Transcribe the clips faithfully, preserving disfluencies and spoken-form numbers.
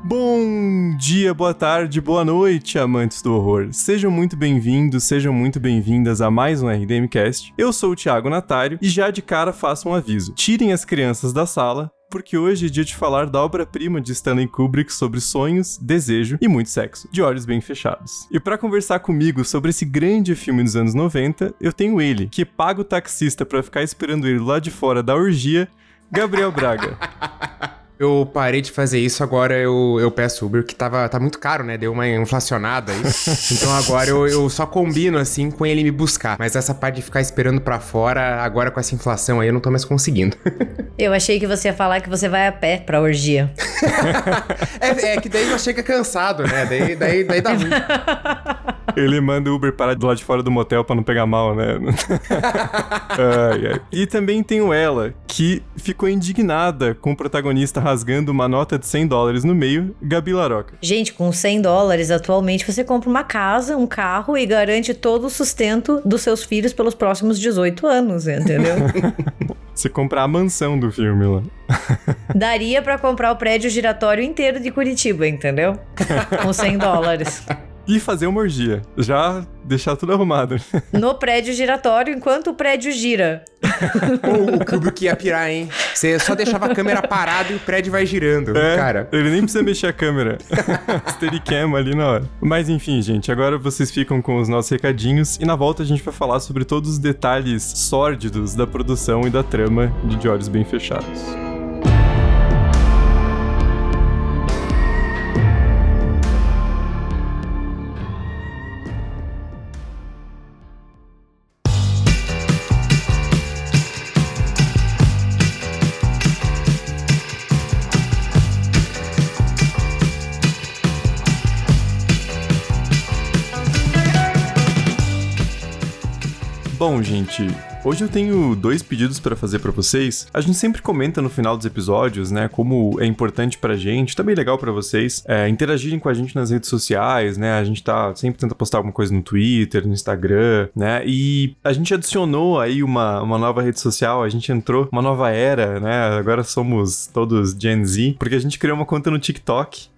Bom dia, boa tarde, boa noite, amantes do horror. Sejam muito bem-vindos, sejam muito bem-vindas a mais um R D M Cast. Eu sou o Thiago Natário e já de cara faço um aviso. Tirem as crianças da sala, porque hoje é dia de falar da obra-prima de Stanley Kubrick sobre sonhos, desejo e muito sexo, de olhos bem fechados. E pra conversar comigo sobre esse grande filme dos anos noventa, eu tenho ele, que paga o taxista pra ficar esperando ele lá de fora da orgia, Gabriel Braga. Eu parei de fazer isso, agora eu, eu peço Uber, que tava, tá muito caro, né? Deu uma inflacionada aí. Então agora eu, eu só combino, assim, com ele me buscar. Mas essa parte de ficar esperando pra fora, agora com essa inflação aí, eu não tô mais conseguindo. Eu achei que você ia falar que você vai a pé pra orgia. é, é que daí já chega cansado, né? Daí, daí, daí dá ruim. Ele manda o Uber parar do lado de fora do motel pra não pegar mal, né? ai, ai. E também tenho ela, que ficou indignada com o protagonista rasgando uma nota de cem dólares no meio, Gabi Laroca. Gente, com cem dólares, atualmente você compra uma casa, um carro e garante todo o sustento dos seus filhos pelos próximos dezoito anos, entendeu? Você compra a mansão do filme lá. Daria pra comprar o prédio giratório inteiro de Curitiba, entendeu? Com cem dólares. E fazer uma orgia. Já deixar tudo arrumado. No prédio giratório, enquanto o prédio gira. o, o Kubrick ia pirar, hein? Você só deixava a câmera parada e o prédio vai girando. É, cara. Ele nem precisa mexer a câmera. Steadicam ali na hora. Mas enfim, gente, agora vocês ficam com os nossos recadinhos e na volta a gente vai falar sobre todos os detalhes sórdidos da produção e da trama de De Olhos Bem Fechados. Bom, gente, hoje eu tenho dois pedidos pra fazer pra vocês. A gente sempre comenta no final dos episódios, né, como é importante pra gente, também legal pra vocês, é, interagirem com a gente nas redes sociais, né, a gente tá sempre tenta postar alguma coisa no Twitter, no Instagram, né, e a gente adicionou aí uma, uma nova rede social, a gente entrou uma nova era, né, agora somos todos Gen Z, porque a gente criou uma conta no TikTok,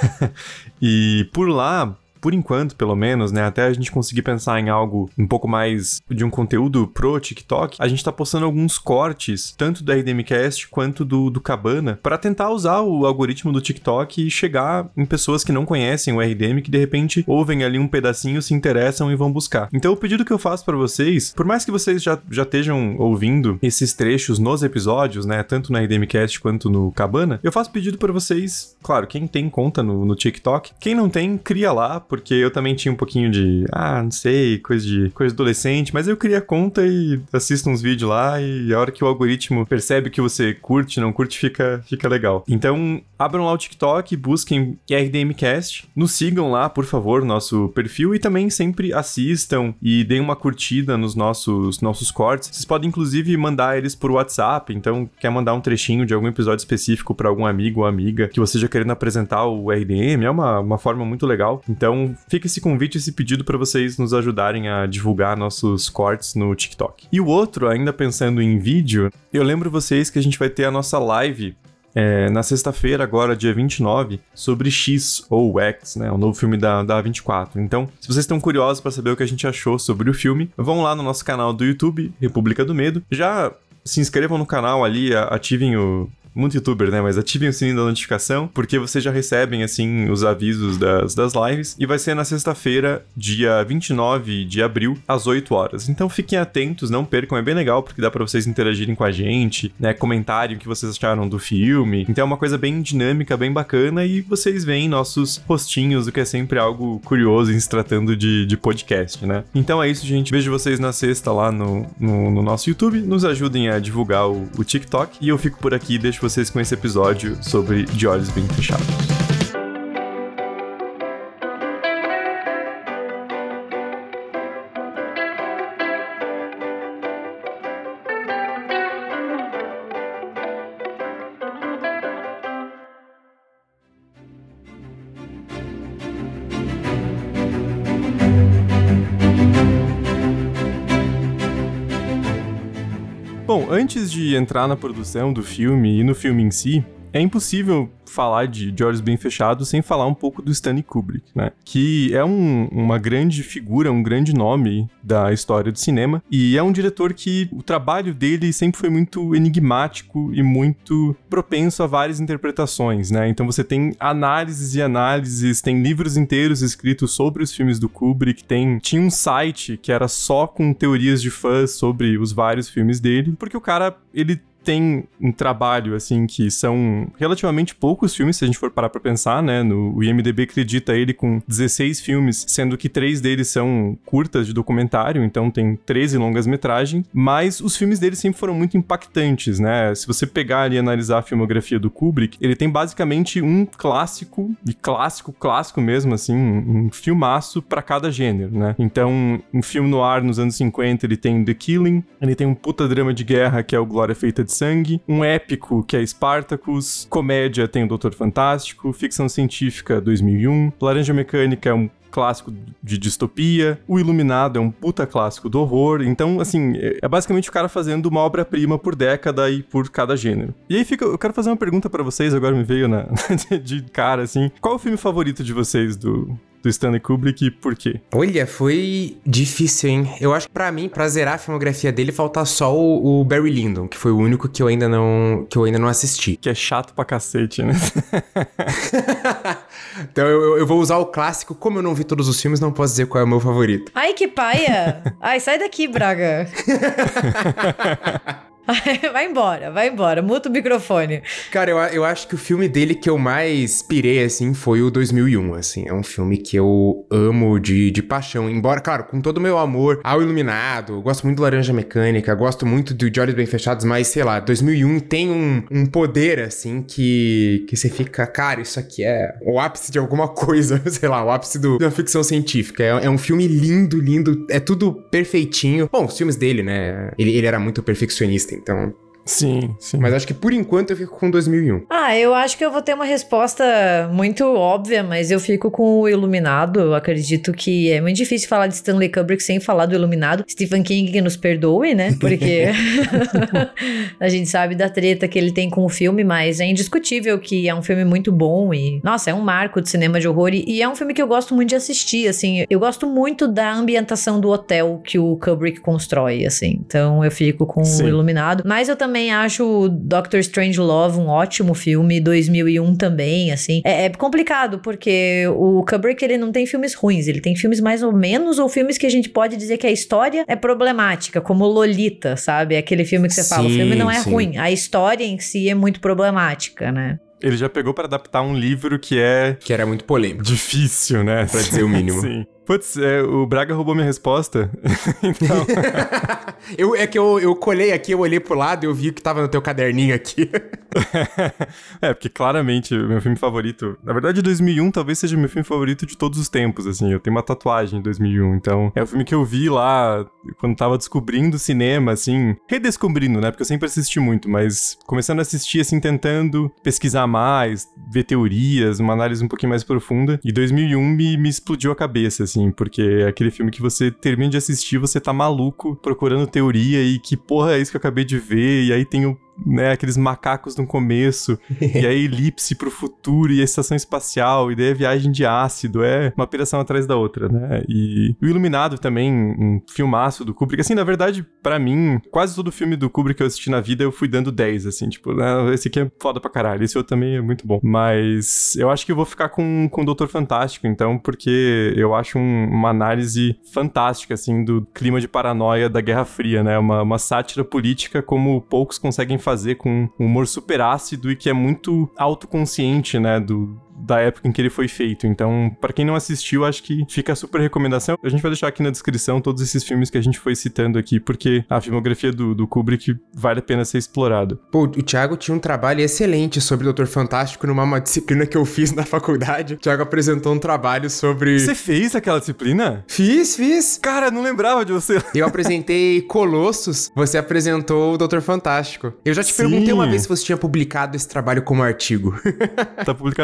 e por lá... Por enquanto, pelo menos, né, até a gente conseguir pensar em algo um pouco mais de um conteúdo pro TikTok, a gente tá postando alguns cortes, tanto do R D M Cast quanto do, do Cabana, pra tentar usar o algoritmo do TikTok e chegar em pessoas que não conhecem o R D M, que de repente ouvem ali um pedacinho, se interessam e vão buscar. Então o pedido que eu faço pra vocês, por mais que vocês já, já estejam ouvindo esses trechos nos episódios, né, tanto no R D M Cast quanto no Cabana, eu faço pedido pra vocês, claro, quem tem conta no, no TikTok, quem não tem, cria lá, porque eu também tinha um pouquinho de, ah, não sei, coisa de coisa adolescente, mas eu crio a conta e assisto uns vídeos lá e a hora que o algoritmo percebe que você curte, não curte, fica, fica legal. Então, abram lá o TikTok, busquem R D M Cast, nos sigam lá, por favor, nosso perfil e também sempre assistam e deem uma curtida nos nossos, nossos cortes. Vocês podem, inclusive, mandar eles por WhatsApp, então, quer mandar um trechinho de algum episódio específico para algum amigo ou amiga que você já querendo apresentar o R D M, é uma, uma forma muito legal. Então, fica esse convite, esse pedido para vocês nos ajudarem a divulgar nossos cortes no TikTok. E o outro, ainda pensando em vídeo, eu lembro vocês que a gente vai ter a nossa live é, na sexta-feira, agora, dia vinte e nove, sobre X, ou X, né, o novo filme da, da A vinte e quatro. Então, se vocês estão curiosos para saber o que a gente achou sobre o filme, vão lá no nosso canal do YouTube, República do Medo. Já se inscrevam no canal ali, ativem o... Muito youtuber, né? Mas ativem o sininho da notificação, porque vocês já recebem, assim, os avisos das, das lives. E vai ser na sexta-feira, dia vinte e nove de abril, às oito horas. Então fiquem atentos, não percam, é bem legal, porque dá pra vocês interagirem com a gente, né? Comentarem o que vocês acharam do filme. Então é uma coisa bem dinâmica, bem bacana, e vocês veem nossos postinhos, o que é sempre algo curioso em se tratando de, de podcast, né? Então é isso, gente. Vejo vocês na sexta lá no, no, no nosso YouTube. Nos ajudem a divulgar o, o TikTok. E eu fico por aqui, deixo vocês com esse episódio sobre De Olhos Bem Fechados. Bom, antes de entrar na produção do filme e no filme em si, é impossível falar de, de Olhos Bem Fechados sem falar um pouco do Stanley Kubrick, né? Que é um, uma grande figura, um grande nome da história do cinema, e é um diretor que o trabalho dele sempre foi muito enigmático e muito propenso a várias interpretações, né? Então você tem análises e análises, tem livros inteiros escritos sobre os filmes do Kubrick, tem, tinha um site que era só com teorias de fãs sobre os vários filmes dele, porque o cara, ele tem um trabalho, assim, que são relativamente poucos filmes, se a gente for parar pra pensar, né? No, o I M D B acredita ele com dezesseis filmes, sendo que três deles são curtas de documentário, então tem treze longas-metragens, mas os filmes dele sempre foram muito impactantes, né? Se você pegar e analisar a filmografia do Kubrick, ele tem basicamente um clássico, e clássico, clássico mesmo, assim, um, um filmaço pra cada gênero, né? Então, um filme noir nos anos cinquenta, ele tem The Killing, ele tem um puta drama de guerra, que é o Glória Feita de Sangue, um épico que é Spartacus, comédia tem o Doutor Fantástico, ficção científica dois mil e um, Laranja Mecânica é um clássico de distopia, O Iluminado é um puta clássico do horror, então, assim, é basicamente o cara fazendo uma obra-prima por década e por cada gênero. E aí fica, eu quero fazer uma pergunta pra vocês, agora me veio na, de cara, assim, qual é o filme favorito de vocês do... do Stanley Kubrick e por quê? Olha, foi difícil, hein? Eu acho que pra mim, pra zerar a filmografia dele, falta só o, o Barry Lyndon, que foi o único que eu ainda não, que eu ainda não assisti. Que é chato pra cacete, né? Então eu, eu vou usar o clássico. Como eu não vi todos os filmes, não posso dizer qual é o meu favorito. Ai, que paia! Ai, sai daqui, Braga. Vai embora, vai embora, muta o microfone. Cara, eu, eu acho que o filme dele que eu mais pirei, assim, foi o dois mil e um, assim. É um filme que eu amo de, de paixão. Embora, claro, com todo o meu amor ao Iluminado, eu gosto muito do Laranja Mecânica, gosto muito de Olhos Bem Fechados, mas, sei lá, dois mil e um tem um, um poder, assim, que, que você fica, cara, isso aqui é o ápice de alguma coisa, sei lá, o ápice do, da ficção científica. É, é um filme lindo, lindo, é tudo perfeitinho. Bom, os filmes dele, né, ele, ele era muito perfeccionista, então... Sim, sim. Mas acho que por enquanto eu fico com dois mil e um. Ah, eu acho que eu vou ter uma resposta muito óbvia, mas eu fico com o Iluminado. Eu acredito que é muito difícil falar de Stanley Kubrick sem falar do Iluminado. Stephen King que nos perdoe, né? Porque a gente sabe da treta que ele tem com o filme, mas é indiscutível que é um filme muito bom e, nossa, é um marco de cinema de horror e, e é um filme que eu gosto muito de assistir, assim. Eu gosto muito da ambientação do hotel que o Kubrick constrói, assim. Então eu fico com Sim. o Iluminado. Mas eu também Também acho Doctor Strangelove um ótimo filme, dois mil e um também, assim. É, é complicado, porque o Kubrick, ele não tem filmes ruins, ele tem filmes mais ou menos, ou filmes que a gente pode dizer que a história é problemática, como Lolita, sabe? Aquele filme que você sim, fala, o filme não é sim. ruim, a história em si é muito problemática, né? Ele já pegou pra adaptar um livro que é... Que era muito polêmico. Difícil, né? Pra dizer o mínimo. Sim. Putz, é, o Braga roubou minha resposta. Então... eu, é que eu, eu colei aqui, eu olhei pro lado e eu vi que tava no teu caderninho aqui. É, porque claramente o meu filme favorito... Na verdade, dois mil e um talvez seja o meu filme favorito de todos os tempos, assim. Eu tenho uma tatuagem em dois mil e um, então... É o filme que eu vi lá quando tava descobrindo o cinema, assim... Redescobrindo, né? Porque eu sempre assisti muito, mas começando a assistir, assim, tentando pesquisar mais, ver teorias, uma análise um pouquinho mais profunda. E dois mil e um me, me explodiu a cabeça, assim, porque é aquele filme que você termina de assistir, você tá maluco, procurando teoria e que porra é isso que eu acabei de ver, e aí tem o né, aqueles macacos no começo, e a elipse pro futuro, e a estação espacial, e daí a viagem de ácido, é uma piração atrás da outra, né, e o Iluminado também, um filmaço do Kubrick, assim, na verdade, pra mim, quase todo filme do Kubrick que eu assisti na vida, eu fui dando dez, assim, tipo, né, esse aqui é foda pra caralho, esse outro também é muito bom, mas eu acho que eu vou ficar com, com o Doutor Fantástico, então, porque eu acho um, uma análise fantástica, assim, do clima de paranoia da Guerra Fria, né, uma, uma sátira política como poucos conseguem fazer com um humor super ácido e que é muito autoconsciente, né, do, da época em que ele foi feito. Então, pra quem não assistiu, acho que fica a super recomendação. A gente vai deixar aqui na descrição todos esses filmes que a gente foi citando aqui, porque a filmografia do, do Kubrick vale a pena ser explorada. Pô, o Thiago tinha um trabalho excelente sobre o Doutor Fantástico numa uma disciplina que eu fiz na faculdade. O Thiago apresentou um trabalho sobre... Você fez aquela disciplina? Fiz, fiz. Cara, não lembrava de você. Eu apresentei Colossus, você apresentou o Doutor Fantástico. Eu já te Sim. perguntei uma vez se você tinha publicado esse trabalho como artigo. Tá publicado no meu blog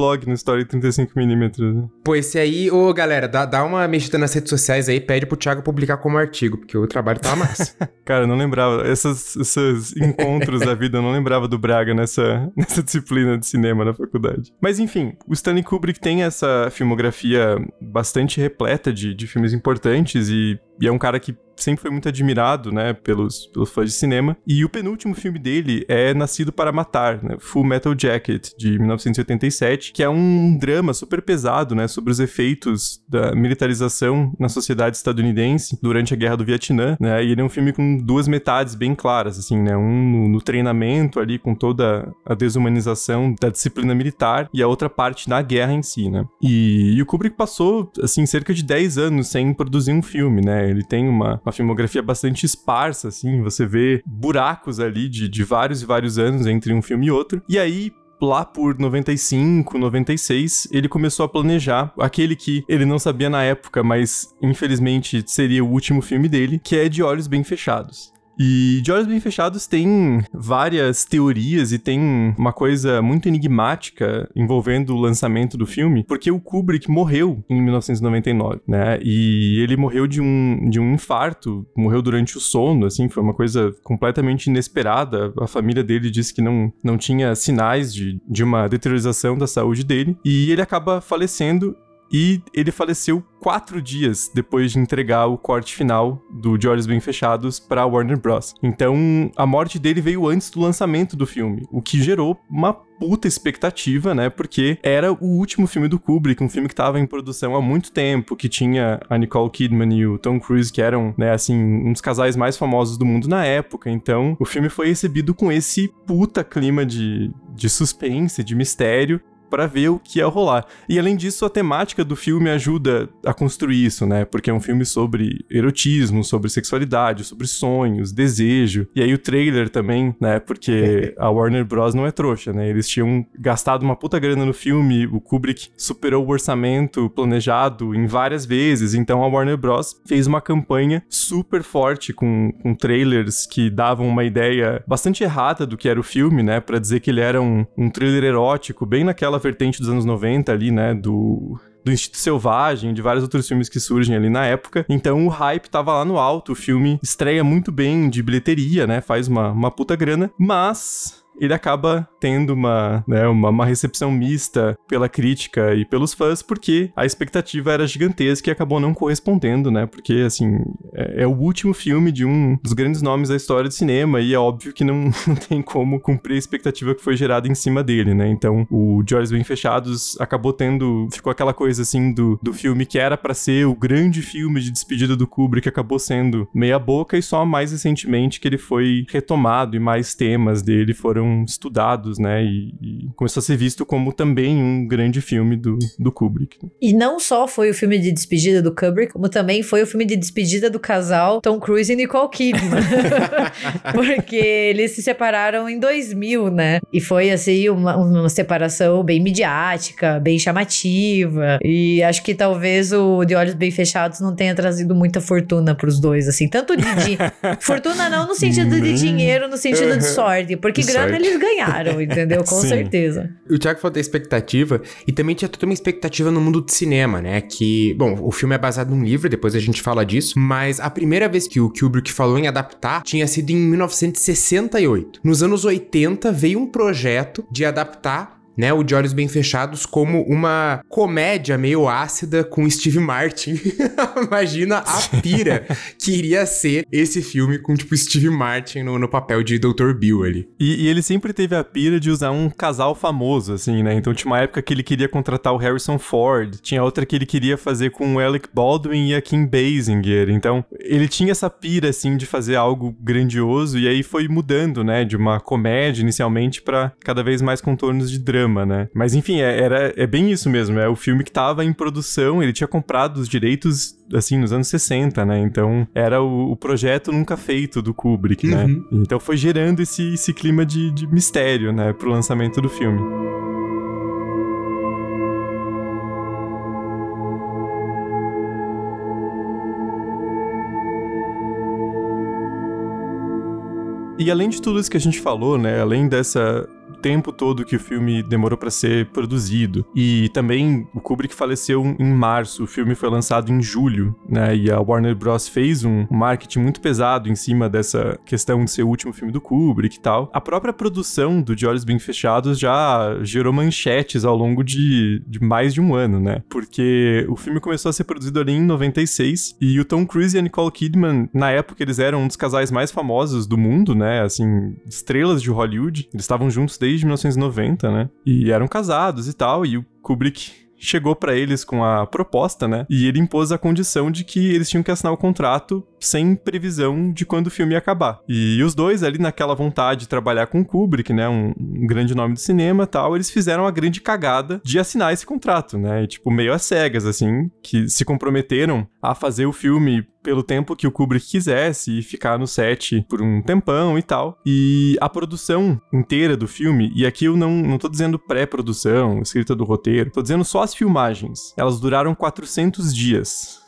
vlog no Story trinta e cinco milímetros. Né? Pô, esse aí, ô galera, dá, dá uma mexida nas redes sociais aí, pede pro Thiago publicar como artigo, porque o trabalho tá massa. Cara, eu não lembrava, esses, esses encontros da vida, eu não lembrava do Braga nessa, nessa disciplina de cinema na faculdade. Mas enfim, o Stanley Kubrick tem essa filmografia bastante repleta de, de filmes importantes e, e é um cara que sempre foi muito admirado, né, pelos, pelos fãs de cinema. E o penúltimo filme dele é Nascido para Matar, né, Full Metal Jacket, de mil novecentos e oitenta e sete, que é um drama super pesado, né, sobre os efeitos da militarização na sociedade estadunidense durante a Guerra do Vietnã, né, e ele é um filme com duas metades bem claras, assim, né, um no, no treinamento ali, com toda a desumanização da disciplina militar, e a outra parte na guerra em si, né. E, e o Kubrick passou, assim, cerca de dez anos sem produzir um filme, né, ele tem uma uma filmografia bastante esparsa, assim, você vê buracos ali de, de vários e vários anos entre um filme e outro. E aí, lá por noventa e cinco, noventa e seis, ele começou a planejar aquele que ele não sabia na época, mas infelizmente seria o último filme dele, que é De Olhos Bem Fechados. E De Olhos Bem Fechados tem várias teorias e tem uma coisa muito enigmática envolvendo o lançamento do filme, porque o Kubrick morreu em mil novecentos e noventa e nove, né? E ele morreu de um, de um infarto, morreu durante o sono, assim, foi uma coisa completamente inesperada. A família dele disse que não, não tinha sinais de, de uma deteriorização da saúde dele, e ele acaba falecendo. E ele faleceu quatro dias depois de entregar o corte final do De Olhos Bem Fechados para Warner Bros. Então, a morte dele veio antes do lançamento do filme, o que gerou uma puta expectativa, né? Porque era o último filme do Kubrick, um filme que estava em produção há muito tempo, que tinha a Nicole Kidman e o Tom Cruise, que eram, né, assim, um dos casais mais famosos do mundo na época. Então, o filme foi recebido com esse puta clima de, de suspense, de mistério, pra ver o que ia rolar. E além disso, a temática do filme ajuda a construir isso, né? Porque é um filme sobre erotismo, sobre sexualidade, sobre sonhos, desejo. E aí o trailer também, né? Porque a Warner Bros. Não é trouxa, né? Eles tinham gastado uma puta grana no filme, o Kubrick superou o orçamento planejado em várias vezes, então a Warner Bros. Fez uma campanha super forte com, com trailers que davam uma ideia bastante errada do que era o filme, né? Pra dizer que ele era um, um thriller erótico, bem naquela vertente dos anos noventa ali, né, do... do Instinto Selvagem, de vários outros filmes que surgem ali na época. Então o hype tava lá no alto, o filme estreia muito bem de bilheteria, né, faz uma, uma puta grana, mas ele acaba tendo uma, né, uma, uma recepção mista pela crítica e pelos fãs, porque a expectativa era gigantesca e acabou não correspondendo, né, porque, assim, é, é o último filme de um dos grandes nomes da história do cinema e é óbvio que não, não tem como cumprir a expectativa que foi gerada em cima dele, né, então o De Olhos Bem Fechados acabou tendo, ficou aquela coisa, assim, do, do filme que era pra ser o grande filme de despedida do Kubrick, acabou sendo meia boca e só mais recentemente que ele foi retomado e mais temas dele foram estudados, né, e, e começou a ser visto como também um grande filme do, do Kubrick. E não só foi o filme de despedida do Kubrick, como também foi o filme de despedida do casal Tom Cruise e Nicole Kidman. Porque eles se separaram em dois mil, né, e foi, assim, uma, uma separação bem midiática, bem chamativa, e acho que talvez o De Olhos Bem Fechados não tenha trazido muita fortuna pros dois, assim, tanto de... de fortuna não no sentido de dinheiro, no sentido de sorte, porque De grana sorte. eles ganharam, entendeu? Com Sim. certeza. O Thiago falou da expectativa, e também tinha toda uma expectativa no mundo do cinema, né? Que, bom, o filme é baseado num livro, depois a gente fala disso, mas a primeira vez que o Kubrick falou em adaptar tinha sido em mil novecentos e sessenta e oito. Nos anos oitenta veio um projeto de adaptar, né, o De Olhos Bem Fechados como uma comédia meio ácida com Steve Martin. Imagina a pira que iria ser esse filme com, tipo, Steve Martin no, no papel de doutor Bill ali. E, e ele sempre teve a pira de usar um casal famoso, assim, né? Então tinha uma época que ele queria contratar o Harrison Ford, tinha outra que ele queria fazer com o Alec Baldwin e a Kim Basinger. Então ele tinha essa pira, assim, de fazer algo grandioso e aí foi mudando, né? De uma comédia inicialmente pra cada vez mais contornos de drama. Né? Mas enfim, é, era, é bem isso mesmo, é o filme que tava em produção, ele tinha comprado os direitos, assim, nos anos sessenta, né, então era o, o projeto nunca feito do Kubrick, né, Uhum. então foi gerando esse, esse clima de, de mistério, né, pro lançamento do filme. E além de tudo isso que a gente falou, né, além dessa tempo todo que o filme demorou pra ser produzido. E também o Kubrick faleceu em março, o filme foi lançado em julho, né? E a Warner Bros. Fez um marketing muito pesado em cima dessa questão de ser o último filme do Kubrick e tal. A própria produção do De Olhos Bem Fechados já gerou manchetes ao longo de, de mais de um ano, né? Porque o filme começou a ser produzido ali em noventa e seis e o Tom Cruise e a Nicole Kidman, na época, eles eram um dos casais mais famosos do mundo, né? Assim, estrelas de Hollywood. Eles estavam juntos desde mil novecentos e noventa, né? E eram casados e tal, e o Kubrick chegou pra eles com a proposta, né? E ele impôs a condição de que eles tinham que assinar o contrato sem previsão de quando o filme ia acabar. E os dois, ali naquela vontade de trabalhar com o Kubrick, né? Um, um grande nome do cinema e tal, eles fizeram a grande cagada de assinar esse contrato, né? E, tipo, meio às cegas, assim, que se comprometeram a fazer o filme pelo tempo que o Kubrick quisesse e ficar no set por um tempão e tal. E a produção inteira do filme, e aqui eu não, não tô dizendo pré-produção, escrita do roteiro, tô dizendo só as filmagens. Elas duraram quatrocentos dias.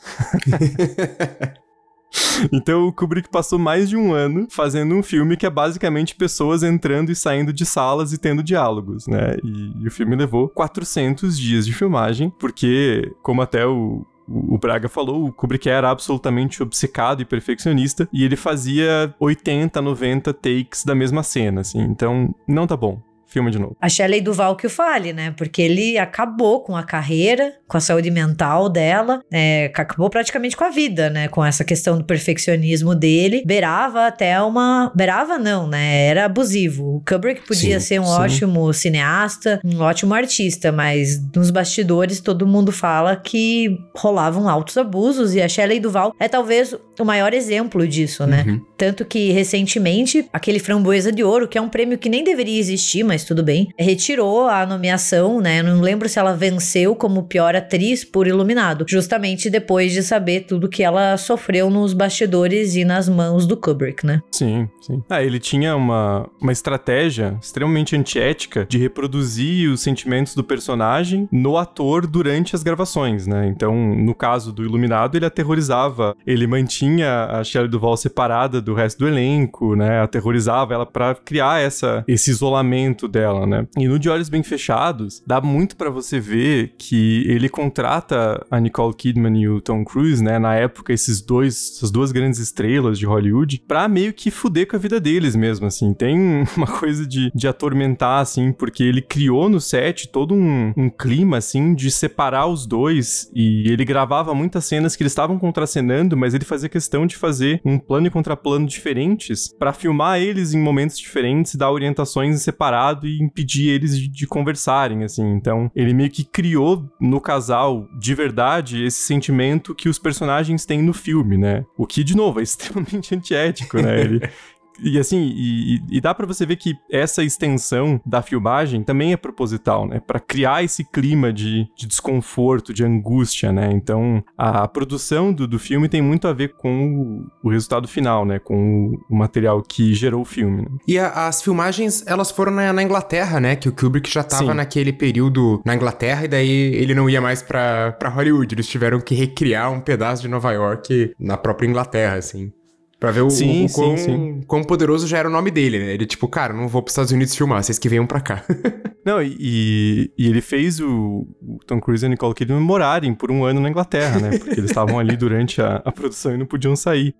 Então o Kubrick passou mais de um ano fazendo um filme que é basicamente pessoas entrando e saindo de salas e tendo diálogos, né? E, e o filme levou quatrocentos dias de filmagem, porque, como até o O Braga falou, o Kubrick era absolutamente obcecado e perfeccionista, e ele fazia oitenta, noventa takes da mesma cena, assim, então não tá bom. Filma de novo. A Shelley Duvall que o fale, né? Porque ele acabou com a carreira, com a saúde mental dela, é, acabou praticamente com a vida, né? Com essa questão do perfeccionismo dele. Beirava até uma... Beirava não, né? Era abusivo. O Kubrick podia sim, ser um sim. ótimo cineasta, um ótimo artista, mas nos bastidores todo mundo fala que rolavam altos abusos, e a Shelley Duvall é talvez o maior exemplo disso, né? Uhum. Tanto que, recentemente, aquele Framboesa de Ouro, que é um prêmio que nem deveria existir, mas tudo bem, retirou a nomeação, né? Eu não lembro se ela venceu como pior atriz por Iluminado, justamente depois de saber tudo que ela sofreu nos bastidores e nas mãos do Kubrick, né? Sim, sim. Ah, ele tinha uma, uma estratégia extremamente antiética de reproduzir os sentimentos do personagem no ator durante as gravações, né? Então, no caso do Iluminado, ele aterrorizava, ele mantinha a Shelley Duvall separada do resto do elenco, né? Aterrorizava ela pra criar essa, esse isolamento dela, né? E no De Olhos Bem Fechados, dá muito pra você ver que ele contrata a Nicole Kidman e o Tom Cruise, né? Na época, esses dois, essas duas grandes estrelas de Hollywood, pra meio que fuder com a vida deles mesmo, assim. Tem uma coisa de, de atormentar, assim, porque ele criou no set todo um, um clima, assim, de separar os dois, e ele gravava muitas cenas que eles estavam contracenando, mas ele fazia questão de fazer um plano e contraplano diferentes pra filmar eles em momentos diferentes, dar orientações em separado e impedir eles de, de conversarem, assim. Então, ele meio que criou no casal, de verdade, esse sentimento que os personagens têm no filme, né? O que, de novo, é extremamente antiético, né? Ele... E assim, e, e dá pra você ver que essa extensão da filmagem também é proposital, né? Pra criar esse clima de, de desconforto, de angústia, né? Então, a produção do, do filme tem muito a ver com o, o resultado final, né? Com o, o material que gerou o filme, né? E a, as filmagens, elas foram na, na Inglaterra, né? Que o Kubrick já tava Sim. naquele período na Inglaterra, e daí ele não ia mais pra, pra Hollywood. Eles tiveram que recriar um pedaço de Nova York na própria Inglaterra, assim. Pra ver o, sim, o, o quão, sim, sim. quão poderoso já era o nome dele, né? Ele, tipo, cara, não vou pros Estados Unidos filmar, vocês que venham pra cá. Não, e, e ele fez o, o Tom Cruise e a Nicole Kidman morarem por um ano na Inglaterra, né? Porque eles estavam ali durante a, a produção e não podiam sair.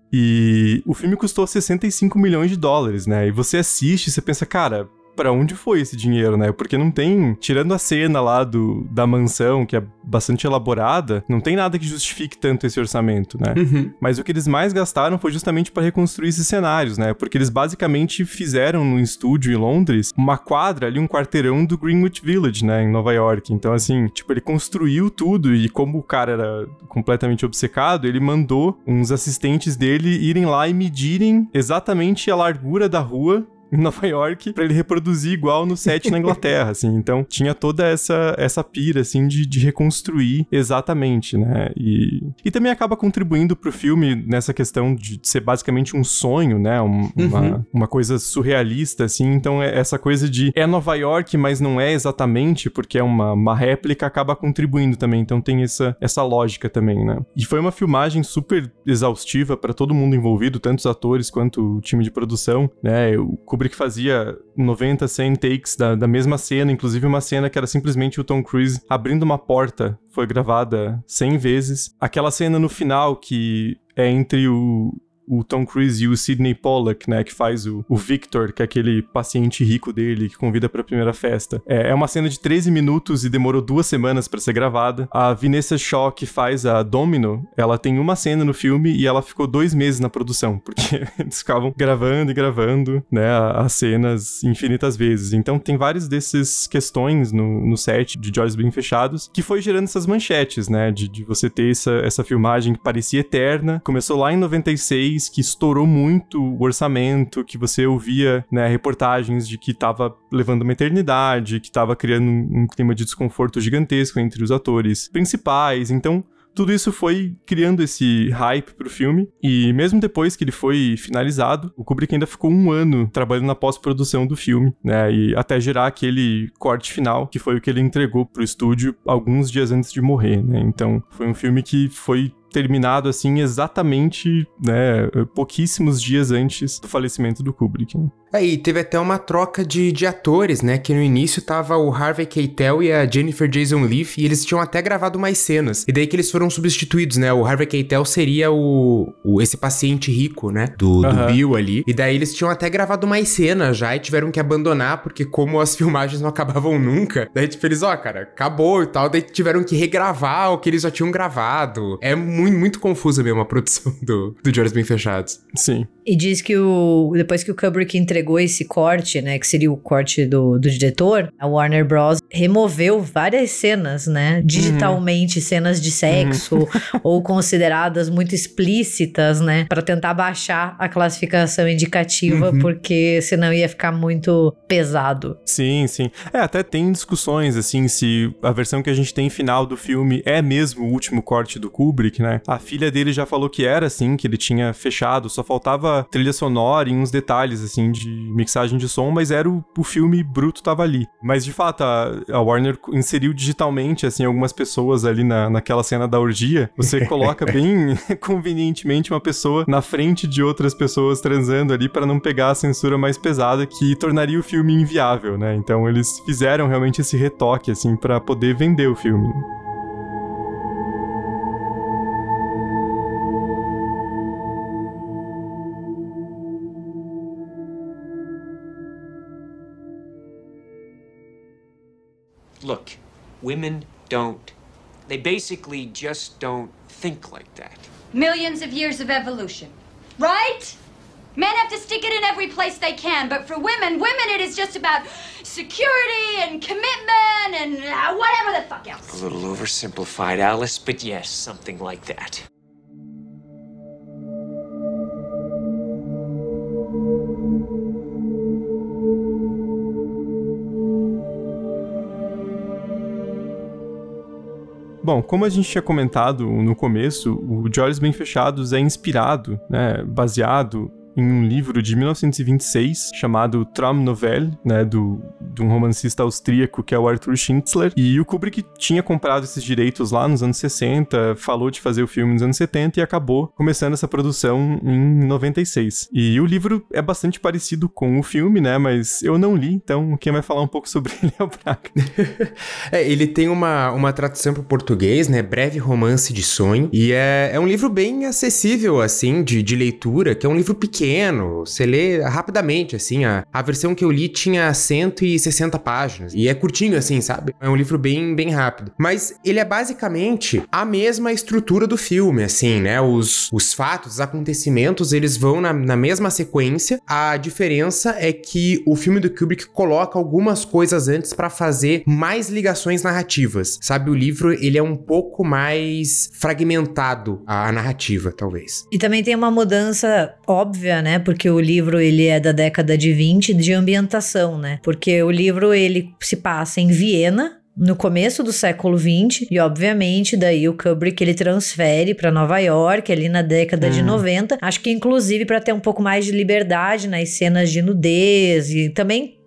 E o filme custou sessenta e cinco milhões de dólares, né? E você assiste e você pensa, cara... Pra onde foi esse dinheiro, né? Porque não tem... Tirando a cena lá do, da mansão, que é bastante elaborada, não tem nada que justifique tanto esse orçamento, né? Uhum. Mas o que eles mais gastaram foi justamente pra reconstruir esses cenários, né? Porque eles basicamente fizeram no estúdio em Londres uma quadra ali, um quarteirão do Greenwich Village, né? Em Nova York. Então, assim, tipo, ele construiu tudo e como o cara era completamente obcecado, ele mandou uns assistentes dele irem lá e medirem exatamente a largura da rua em Nova York, pra ele reproduzir igual no set na Inglaterra, assim. Então, tinha toda essa, essa pira, assim, de, de reconstruir exatamente, né? E, e também acaba contribuindo pro filme nessa questão de ser basicamente um sonho, né? Um, uhum. uma, uma coisa surrealista, assim. Então, é essa coisa de é Nova York, mas não é exatamente, porque é uma, uma réplica, acaba contribuindo também. Então, tem essa, essa lógica também, né? E foi uma filmagem super exaustiva pra todo mundo envolvido, tanto os atores quanto o time de produção, né? O Kubrick fazia noventa, cem takes da, da mesma cena, inclusive uma cena que era simplesmente o Tom Cruise abrindo uma porta, foi gravada cem vezes. Aquela cena no final que é entre o... o Tom Cruise e o Sidney Pollack, né, que faz o, o Victor, que é aquele paciente rico dele que convida pra primeira festa. É, é uma cena de treze minutos e demorou duas semanas pra ser gravada. A Vanessa Shaw, que faz a Domino, ela tem uma cena no filme e ela ficou dois meses na produção, porque eles ficavam gravando e gravando, né, as cenas infinitas vezes. Então tem várias dessas questões no, no set de De Olhos Bem Fechados que foi gerando essas manchetes, né, de, de você ter essa, essa filmagem que parecia eterna. Começou lá em noventa e seis, que estourou muito o orçamento, que você ouvia, né, reportagens de que tava levando uma eternidade, que tava criando um, um clima de desconforto gigantesco entre os atores principais. Então, tudo isso foi criando esse hype pro filme, e mesmo depois que ele foi finalizado, o Kubrick ainda ficou um ano trabalhando na pós-produção do filme, né, e até gerar aquele corte final, que foi o que ele entregou pro estúdio alguns dias antes de morrer, né. Então, foi um filme que foi terminado, assim, exatamente, né, pouquíssimos dias antes do falecimento do Kubrick, né? Aí, teve até uma troca de, de atores, né, que no início tava o Harvey Keitel e a Jennifer Jason Leigh, e eles tinham até gravado mais cenas, e daí que eles foram substituídos, né, o Harvey Keitel seria o, o esse paciente rico, né, do, do uhum. Bill ali, e daí eles tinham até gravado mais cenas já, e tiveram que abandonar, porque como as filmagens não acabavam nunca, daí tipo, eles, ó, cara, acabou e tal, daí tiveram que regravar o que eles já tinham gravado. É muito, muito confusa mesmo a produção do, do De Olhos Bem Fechados. Sim. E diz que o, depois que o Kubrick entregou esse corte, né, que seria o corte do, do diretor, a Warner Bros. Removeu várias cenas, né, digitalmente, uhum. cenas de sexo, uhum. ou consideradas muito explícitas, né, pra tentar baixar a classificação indicativa, uhum. porque senão ia ficar muito pesado. Sim, sim. É, até tem discussões, assim, se a versão que a gente tem final do filme é mesmo o último corte do Kubrick, né. A filha dele já falou que era, assim, que ele tinha fechado, só faltava trilha sonora e uns detalhes, assim, de mixagem de som, mas era o, o filme bruto tava ali. Mas, de fato, a, a Warner inseriu digitalmente, assim, algumas pessoas ali na, naquela cena da orgia. Você coloca bem convenientemente uma pessoa na frente de outras pessoas transando ali para não pegar a censura mais pesada, que tornaria o filme inviável, né? Então, eles fizeram realmente esse retoque, assim, para poder vender o filme. Look, women don't. They basically just don't think like that. Millions of years of evolution, right? Men have to stick it in every place they can, but for women, women it is just about security and commitment and uh, whatever the fuck else. A little oversimplified, Alice, but yes, something like that. Bom, como a gente tinha comentado no começo, o De Olhos Bem Fechados é inspirado, né, baseado em um livro de mil novecentos e vinte e seis chamado Traumnovelle, né, do, de um romancista austríaco que é o Arthur Schnitzler, e o Kubrick tinha comprado esses direitos lá nos anos sessenta, falou de fazer o filme nos anos setenta e acabou começando essa produção em noventa e seis. E o livro é bastante parecido com o filme, né, mas eu não li, então quem vai falar um pouco sobre ele é o Braga. É, ele tem uma, uma tradução para o português, né, Breve Romance de Sonho, e é, é um livro bem acessível, assim, de, de leitura, que é um livro pequeno, pequeno, você lê rapidamente, assim, a, a versão que eu li tinha cento e sessenta páginas, e é curtinho, assim, sabe? É um livro bem, bem rápido. Mas ele é basicamente a mesma estrutura do filme, assim, né? Os, os fatos, os acontecimentos, eles vão na, na mesma sequência. A diferença é que o filme do Kubrick coloca algumas coisas antes pra fazer mais ligações narrativas, sabe? O livro, ele é um pouco mais fragmentado, a, a narrativa, talvez. E também tem uma mudança óbvia, né, porque o livro ele é da década de vinte, de ambientação, né, porque o livro ele se passa em Viena, no começo do século vinte, e obviamente daí o Kubrick ele transfere para Nova York ali na década hum. de noventa, acho que inclusive para ter um pouco mais de liberdade nas cenas de nudez, e também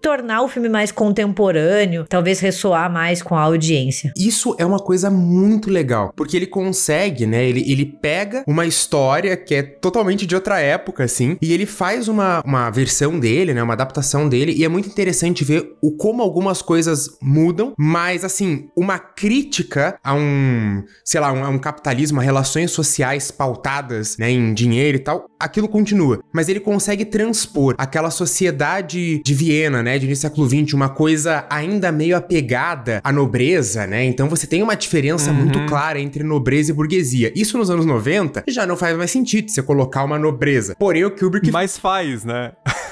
tornar o filme mais contemporâneo, talvez ressoar mais com a audiência. Isso é uma coisa muito legal, porque ele consegue, né, ele, ele pega uma história que é totalmente de outra época, assim, e ele faz uma, uma versão dele, né, uma adaptação dele, e é muito interessante ver o como algumas coisas mudam, mas, assim, uma crítica a um, sei lá, um, a um capitalismo, a relações sociais pautadas, né, em dinheiro e tal, aquilo continua, mas ele consegue transpor aquela sociedade de Viena, né, de início do século vinte, uma coisa ainda meio apegada à nobreza, né, então você tem uma diferença uhum. muito clara entre nobreza e burguesia. Isso nos anos noventa já não faz mais sentido você colocar uma nobreza. Porém, o Kubrick... Mas faz, né?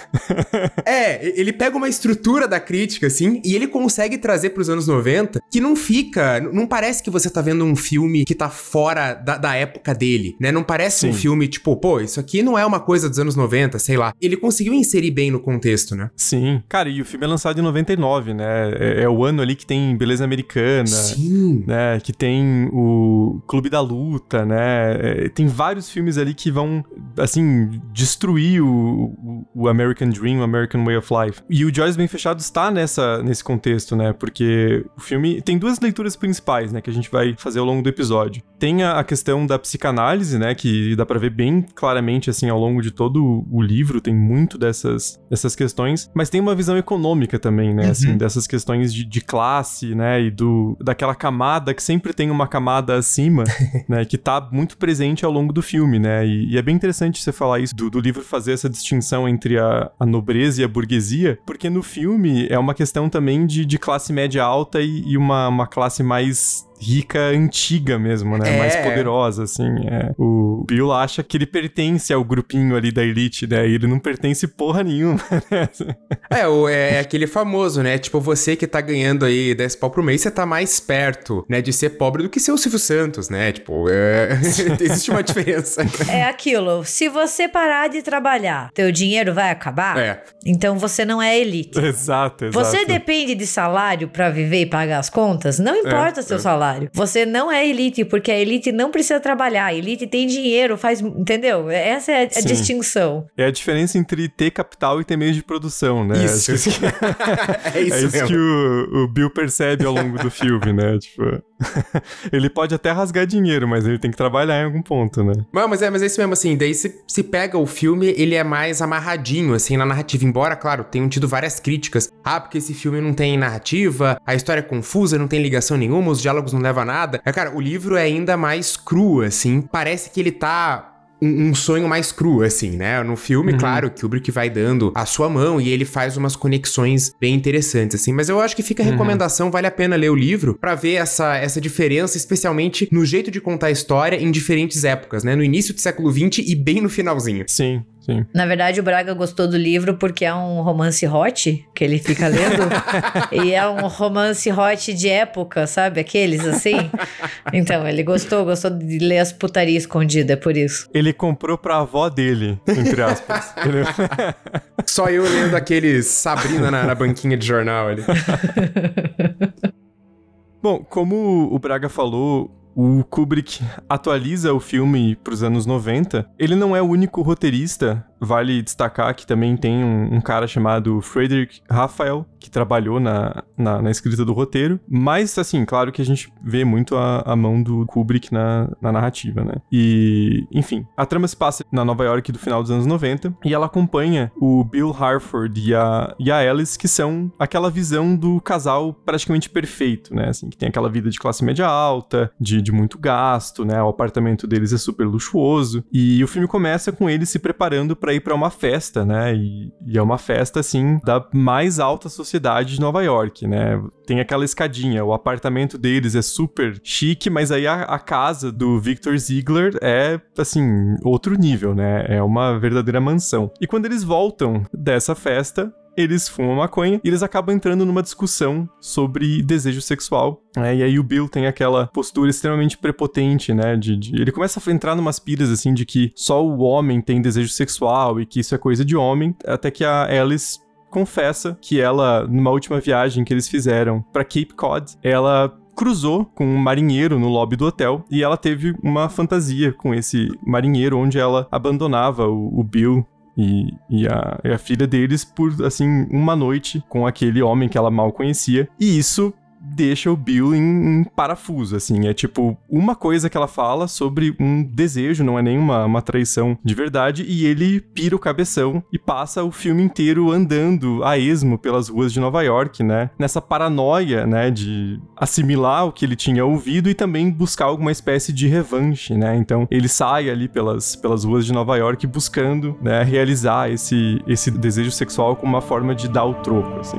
É, ele pega uma estrutura da crítica, assim, e ele consegue trazer pros anos noventa que não fica... Não parece que você tá vendo um filme que tá fora da, da época dele, né? Não parece Sim. um filme, tipo, pô, isso aqui não é uma coisa dos anos noventa, sei lá. Ele conseguiu inserir bem no contexto, né? Sim. Cara, e o filme é lançado em noventa e nove, né? É, é o ano ali que tem Beleza Americana. Sim. Né? Que tem o Clube da Luta, né? É, tem vários filmes ali que vão, assim, destruir o, o American Dream, o American Way of Life. E o De Olhos Bem Fechados está nessa, nesse contexto, né? Porque o filme tem duas leituras principais, né? Que a gente vai fazer ao longo do episódio. Tem a, a questão da psicanálise, né? Que dá pra ver bem claramente, assim, ao longo de todo o livro, tem muito dessas, dessas questões. Mas tem uma visão econômica também, né? Uhum. Assim, dessas questões de, de classe, né? E do, daquela camada que sempre tem uma camada acima, né? Que tá muito presente ao longo do filme, né? E, e é bem interessante você falar isso, do, do livro fazer essa distinção entre a, a nobreza e a burguesia, porque no filme é uma questão também de, de classe média alta e, e uma, uma classe mais rica, antiga mesmo, né? É. Mais poderosa, assim. É. O Bill acha que ele pertence ao grupinho ali da elite, né? E ele não pertence porra nenhuma, né? É, o, é, é aquele famoso, né? Tipo, você que tá ganhando aí dez pau por mês, você tá mais perto, né? De ser pobre do que ser o Silvio Santos, né? Tipo, é... existe uma diferença. É aquilo. Se você parar de trabalhar, teu dinheiro vai acabar? É. Então você não é elite. Exato, exato. Você depende de salário pra viver e pagar as contas? Não importa é, seu é. salário. Você não é elite, porque a elite não precisa trabalhar. A elite tem dinheiro, faz... Entendeu? Essa é a, a distinção. É a diferença entre ter capital e ter meio de produção, né? Isso. É isso que, é isso é isso que o, o Bill percebe ao longo do filme, né? Tipo... ele pode até rasgar dinheiro, mas ele tem que trabalhar em algum ponto, né? Não, mas é, mas é isso mesmo, assim. Daí se, se pega o filme, ele é mais amarradinho, assim, na narrativa. Embora, claro, tenham tido várias críticas. Ah, porque esse filme não tem narrativa, a história é confusa, não tem ligação nenhuma, os diálogos não levam a nada. É, cara, o livro é ainda mais cru, assim. Parece que ele tá... Um, um sonho mais cru, assim, né? No filme, uhum. claro, o Kubrick vai dando a sua mão e ele faz umas conexões bem interessantes, assim. Mas eu acho que fica a recomendação, uhum. vale a pena ler o livro pra ver essa, essa diferença, especialmente no jeito de contar a história em diferentes épocas, né? No início do século vinte e bem no finalzinho. Sim. Sim. Na verdade, o Braga gostou do livro porque é um romance hot que ele fica lendo. E é um romance hot de época, sabe? Aqueles assim. Então, ele gostou, gostou de ler as putarias escondidas, por isso. Ele comprou pra avó dele, entre aspas. Só eu lendo aqueles Sabrina na, na banquinha de jornal ali. Bom, como o Braga falou... O Kubrick atualiza o filme para os anos noventa. Ele não é o único roteirista. Vale destacar que também tem um, um cara chamado Frederick Raphael, que trabalhou na, na, na escrita do roteiro. Mas, assim, claro que a gente vê muito a, a mão do Kubrick na, na narrativa, né? E, enfim, a trama se passa na Nova York do final dos anos noventa. E ela acompanha o Bill Harford e a, e a Alice, que são aquela visão do casal praticamente perfeito, né? Assim, que tem aquela vida de classe média alta, de, de muito gasto, né? O apartamento deles é super luxuoso. E o filme começa com eles se preparando para ir para uma festa, né? E, e é uma festa, assim, da mais alta sociedade de Nova York, né? Tem aquela escadinha, o apartamento deles é super chique, mas aí a, a casa do Victor Ziegler é, assim, outro nível, né? É uma verdadeira mansão. E quando eles voltam dessa festa, eles fumam maconha e eles acabam entrando numa discussão sobre desejo sexual, né? E aí o Bill tem aquela postura extremamente prepotente, né? De, de... Ele começa a entrar numas piras, assim, de que só o homem tem desejo sexual e que isso é coisa de homem, até que a Alice confessa que ela, numa última viagem que eles fizeram pra Cape Cod, ela cruzou com um marinheiro no lobby do hotel e ela teve uma fantasia com esse marinheiro onde ela abandonava o, o Bill e, e, a, e a filha deles por, assim, uma noite com aquele homem que ela mal conhecia. E isso deixa o Bill em, em parafuso, assim. É tipo, uma coisa que ela fala sobre um desejo, não é nem uma, uma traição de verdade, e ele pira o cabeção e passa o filme inteiro andando a esmo pelas ruas de Nova York, né? Nessa paranoia, né, de assimilar o que ele tinha ouvido e também buscar alguma espécie de revanche, né? Então, ele sai ali pelas, pelas ruas de Nova York buscando, né, realizar esse, esse desejo sexual como uma forma de dar o troco, assim.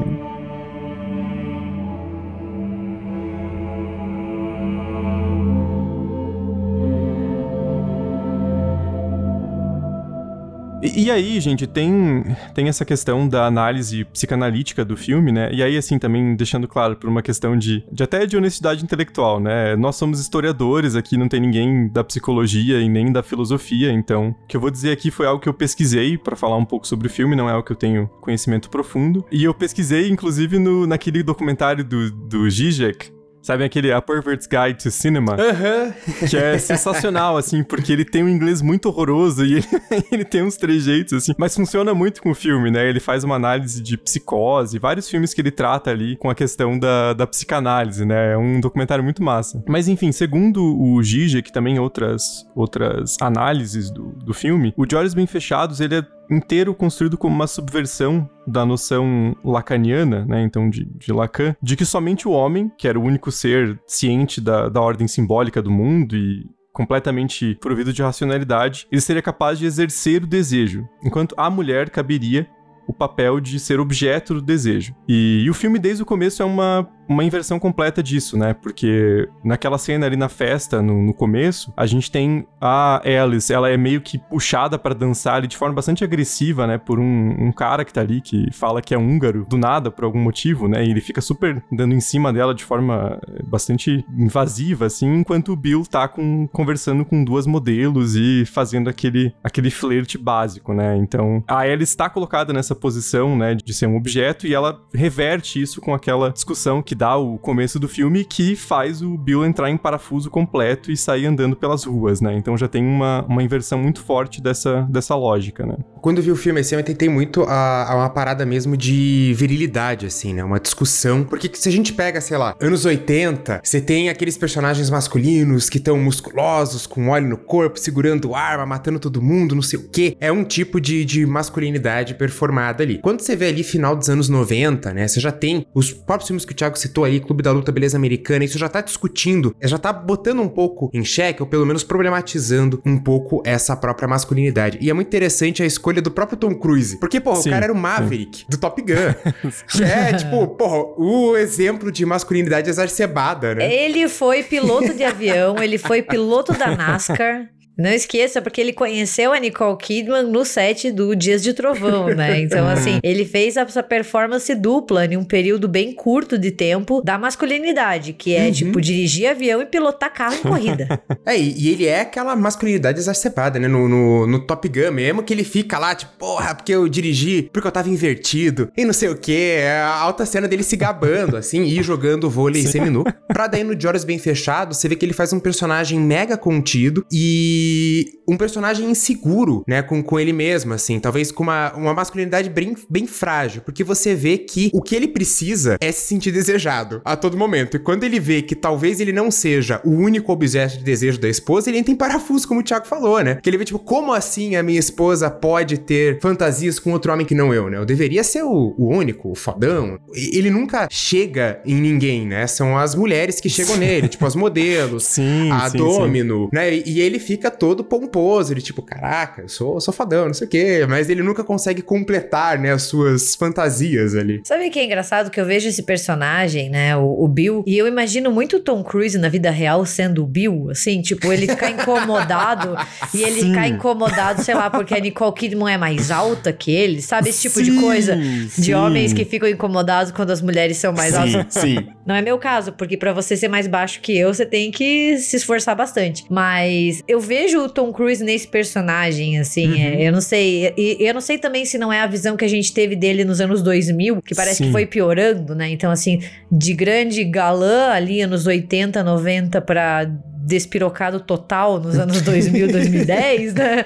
E, e aí, gente, tem, tem essa questão da análise psicanalítica do filme, né? E aí, assim, também deixando claro, por uma questão de, de até de honestidade intelectual, né? Nós somos historiadores aqui, não tem ninguém da psicologia e nem da filosofia, então o que eu vou dizer aqui foi algo que eu pesquisei pra falar um pouco sobre o filme, não é algo que eu tenho conhecimento profundo. E eu pesquisei, inclusive, no, naquele documentário do, do Zizek, sabe aquele A Pervert's Guide to Cinema? Aham. Uhum. Que é sensacional, assim, porque ele tem um inglês muito horroroso e ele, ele tem uns trejeitos, assim, mas funciona muito com o filme, né? Ele faz uma análise de psicose, vários filmes que ele trata ali com a questão da, da psicanálise, né? É um documentário muito massa. Mas, enfim, segundo o Zizek, que também outras, outras análises do, do filme, o De Olhos Bem Fechados, ele é inteiro construído como uma subversão da noção lacaniana, né, então de, de Lacan, de que somente o homem, que era o único ser ciente da, da ordem simbólica do mundo e completamente provido de racionalidade, ele seria capaz de exercer o desejo, enquanto a mulher caberia o papel de ser objeto do desejo. E, e o filme, desde o começo, é uma, uma inversão completa disso, né? Porque naquela cena ali na festa, no, no começo, a gente tem a Alice, ela é meio que puxada pra dançar ali de forma bastante agressiva, né? Por um, um cara que tá ali, que fala que é húngaro, do nada, por algum motivo, né? E ele fica super dando em cima dela de forma bastante invasiva, assim, enquanto o Bill tá com, conversando com duas modelos e fazendo aquele, aquele flerte básico, né? Então, a Alice tá colocada nessa posição, né, de ser um objeto, e ela reverte isso com aquela discussão que dá o começo do filme, que faz o Bill entrar em parafuso completo e sair andando pelas ruas, né? Então já tem uma, uma inversão muito forte dessa, dessa lógica, né? Quando eu vi o filme, assim, eu tentei muito a, a uma parada mesmo de virilidade, assim, né? Uma discussão. Porque se a gente pega, sei lá, anos oitenta, você tem aqueles personagens masculinos que estão musculosos, com óleo no corpo, segurando arma, matando todo mundo, não sei o quê. É um tipo de, de masculinidade performada ali. Quando você vê ali final dos anos noventa, né, você já tem os próprios filmes que o Thiago citou aí, Clube da Luta, Beleza Americana, isso já tá discutindo, já tá botando um pouco em xeque, ou pelo menos problematizando um pouco essa própria masculinidade. E é muito interessante a escolha do próprio Tom Cruise, porque, porra, sim, o cara era o Maverick, sim, do Top Gun. Que é, tipo, porra, o exemplo de masculinidade exacerbada, né? Ele foi piloto de avião, ele foi piloto da NASCAR. Não esqueça, porque ele conheceu a Nicole Kidman no set do Dias de Trovão, né? Então, assim, ele fez essa performance dupla em um período bem curto de tempo da masculinidade, que é, uhum, tipo, dirigir avião e pilotar carro em corrida. É, e ele é aquela masculinidade exacerbada, né? No, no, no Top Gun mesmo, que ele fica lá, tipo, porra, porque eu dirigi, porque eu tava invertido, e não sei o quê. É a alta cena dele se gabando, assim, e jogando vôlei seminu. Pra daí, no De Olhos Bem Fechados, você vê que ele faz um personagem mega contido e E um personagem inseguro, né, com, com ele mesmo, assim, talvez com uma, uma masculinidade bem, bem frágil, porque você vê que o que ele precisa é se sentir desejado a todo momento, e quando ele vê que talvez ele não seja o único objeto de desejo da esposa, ele entra em parafuso, como o Thiago falou, né, que ele vê, tipo, como assim a minha esposa pode ter fantasias com outro homem que não eu, né, eu deveria ser o, o único, o fodão, ele nunca chega em ninguém, né, são as mulheres que chegam nele, tipo, as modelos, sim, a sim, Domino, sim, né, e, e ele fica todo pomposo, ele tipo, caraca, eu sou, sou fodão, não sei o quê, mas ele nunca consegue completar, né, as suas fantasias ali. Sabe o que é engraçado? Que eu vejo esse personagem, né, o, o Bill, e eu imagino muito o Tom Cruise na vida real sendo o Bill, assim, tipo, ele ficar incomodado, e ele ficar incomodado, sei lá, porque a Nicole Kidman é mais alta que ele, sabe? Esse tipo, sim, de coisa, sim, de homens que ficam incomodados quando as mulheres são mais, sim, altas. Sim. Não é meu caso, porque pra você ser mais baixo que eu, você tem que se esforçar bastante. Mas eu vejo o Tom Cruise nesse personagem, assim, uhum, é, eu não sei, e eu não sei também se não é a visão que a gente teve dele nos anos dois mil, que parece, sim, que foi piorando, né? Então, assim, de grande galã ali, anos oitenta, noventa, pra despirocado total nos anos dois mil, dois mil e dez, né?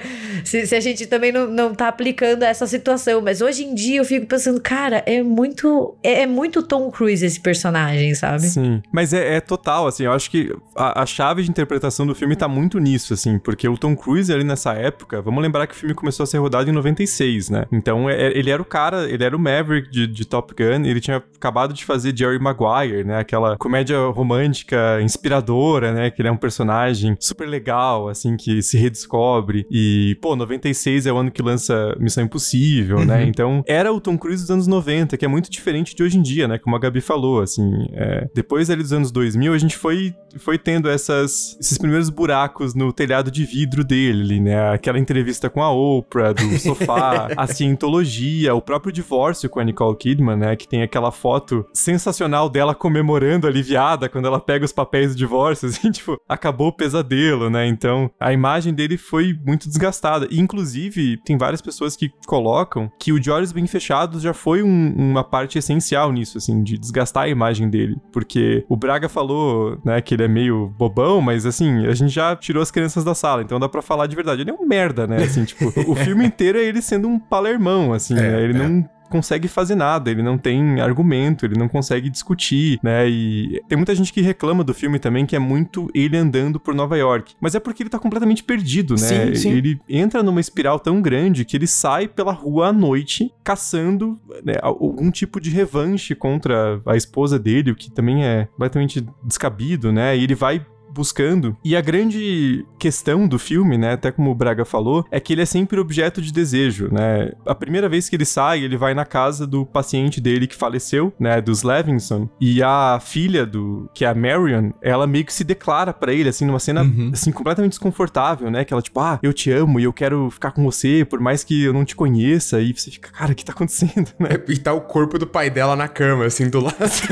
se, se a gente também não, não tá aplicando essa situação. Mas hoje em dia eu fico pensando, cara, é muito, é, é muito Tom Cruise esse personagem, sabe? Sim, mas é, é total, assim, eu acho que a, a chave de interpretação do filme tá muito nisso, assim, porque o Tom Cruise ali nessa época, vamos lembrar que o filme começou a ser rodado em noventa e seis, né? Então é, ele era o cara, ele era o Maverick de, de Top Gun, ele tinha acabado de fazer Jerry Maguire, né? Aquela comédia romântica inspiradora, né? Que ele é um personagem super legal, assim, que se redescobre. E, pô, noventa e seis é o ano que lança Missão Impossível, uhum. né? Então, era o Tom Cruise dos anos noventa, que é muito diferente de hoje em dia, né? Como a Gabi falou, assim. É, depois ali dos anos dois mil, a gente foi, foi tendo essas, esses primeiros buracos no telhado de vidro dele, né? Aquela entrevista com a Oprah, do sofá, a cientologia, o próprio divórcio com a Nicole Kidman, né? Que tem aquela foto sensacional dela comemorando, aliviada, quando ela pega os papéis do divórcio, assim, tipo, acabou o pesadelo, né? Então, a imagem dele foi muito desgastada. E, inclusive, tem várias pessoas que colocam que o De Olhos Bem Fechados já foi um, uma parte essencial nisso, assim, de desgastar a imagem dele. Porque o Braga falou, né, que ele é meio bobão, mas, assim, a gente já tirou as crianças da sala, então dá pra falar de verdade. Ele é um merda, né? Assim, tipo, o filme inteiro é ele sendo um palermão, assim, é, né? Ele é. não... consegue fazer nada, ele não tem argumento, ele não consegue discutir, né, e tem muita gente que reclama do filme também, que é muito ele andando por Nova York, mas é porque ele tá completamente perdido, né, sim, sim. Ele entra numa espiral tão grande que ele sai pela rua à noite, caçando, né, algum tipo de revanche contra a esposa dele, o que também é completamente descabido, né, e ele vai buscando. E a grande questão do filme, né, até como o Braga falou, é que ele é sempre objeto de desejo, né? A primeira vez que ele sai, ele vai na casa do paciente dele que faleceu, né, dos Levinson, e a filha do, que é a Marion, ela meio que se declara pra ele, assim, numa cena, uhum. assim, completamente desconfortável, né, que ela, tipo, ah, eu te amo e eu quero ficar com você, por mais que eu não te conheça, e você fica, cara, o que tá acontecendo, né? É, e tá o corpo do pai dela na cama, assim, do lado.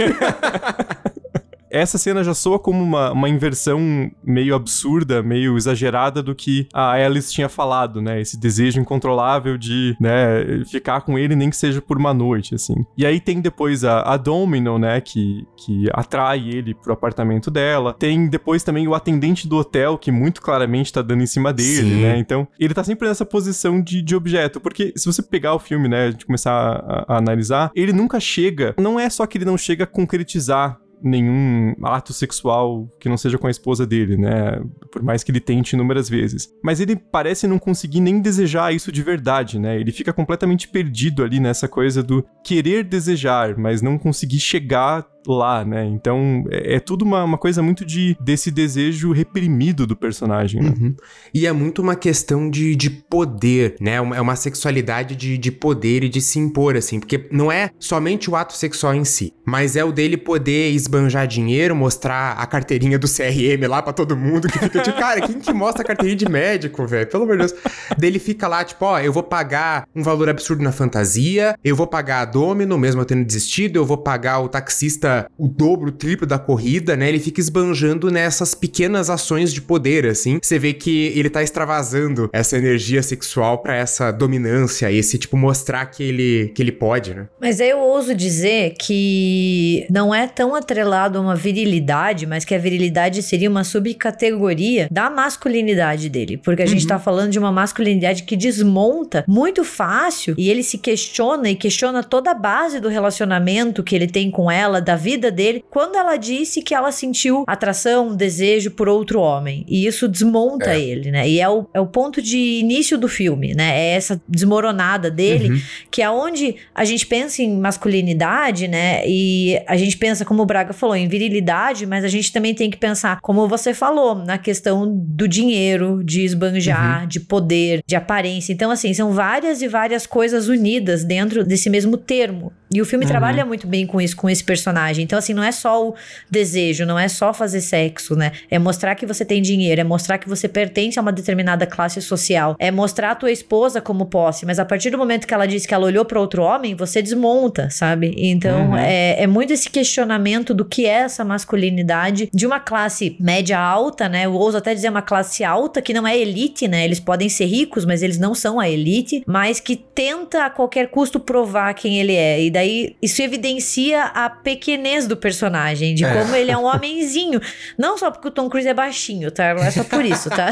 Essa cena já soa como uma, uma inversão meio absurda, meio exagerada do que a Alice tinha falado, né? Esse desejo incontrolável de, né, ficar com ele nem que seja por uma noite, assim. E aí tem depois a, a Domino, né, que, que atrai ele pro apartamento dela. Tem depois também o atendente do hotel, que muito claramente tá dando em cima dele, Sim. né? Então, ele tá sempre nessa posição de, de objeto, porque se você pegar o filme, né, a gente começar a, a analisar, ele nunca chega, não é só que ele não chega a concretizar nenhum ato sexual que não seja com a esposa dele, né? Por mais que ele tente inúmeras vezes. Mas ele parece não conseguir nem desejar isso de verdade, né? Ele fica completamente perdido ali nessa coisa do querer desejar, mas não conseguir chegar lá, né? Então, é, é tudo uma, uma coisa muito de desse desejo reprimido do personagem, né? Uhum. E é muito uma questão de, de poder, né? É uma sexualidade de, de poder e de se impor, assim, porque não é somente o ato sexual em si, mas é o dele poder esbanjar dinheiro, mostrar a carteirinha do C R M lá pra todo mundo, que fica tipo, cara, quem que mostra a carteirinha de médico, velho? Pelo amor de Deus. Dele fica lá, tipo, ó, eu vou pagar um valor absurdo na fantasia, eu vou pagar a Domino, mesmo eu tendo desistido, eu vou pagar o taxista o dobro, o triplo da corrida, né? Ele fica esbanjando nessas pequenas ações de poder, assim. Você vê que ele tá extravasando essa energia sexual pra essa dominância, esse, tipo, mostrar que ele, que ele pode, né? Mas eu ouso dizer que não é tão atrelado a uma virilidade, mas que a virilidade seria uma subcategoria da masculinidade dele. Porque a uhum. gente tá falando de uma masculinidade que desmonta muito fácil e ele se questiona e questiona toda a base do relacionamento que ele tem com ela, da vida dele, quando ela disse que ela sentiu atração, desejo por outro homem. E isso desmonta é. ele, né? E é o, é o ponto de início do filme, né? É essa desmoronada dele, uhum. que é onde a gente pensa em masculinidade, né? E a gente pensa, como o Braga falou, em virilidade, mas a gente também tem que pensar, como você falou, na questão do dinheiro, de esbanjar, uhum. de poder, de aparência. Então, assim, são várias e várias coisas unidas dentro desse mesmo termo. E o filme uhum. trabalha muito bem com isso, com esse personagem. Então, assim, não é só o desejo, não é só fazer sexo, né? É mostrar que você tem dinheiro, é mostrar que você pertence a uma determinada classe social, é mostrar a tua esposa como posse, mas a partir do momento que ela disse que ela olhou para outro homem, você desmonta, sabe? Então, uhum. é, é muito esse questionamento do que é essa masculinidade de uma classe média alta, né? Eu ouso até dizer uma classe alta, que não é elite, né? Eles podem ser ricos, mas eles não são a elite, mas que tenta a qualquer custo provar quem ele é. E daí daí isso evidencia a pequenez do personagem, de como ele é um homenzinho. Não só porque o Tom Cruise é baixinho, tá? Não é só por isso, tá?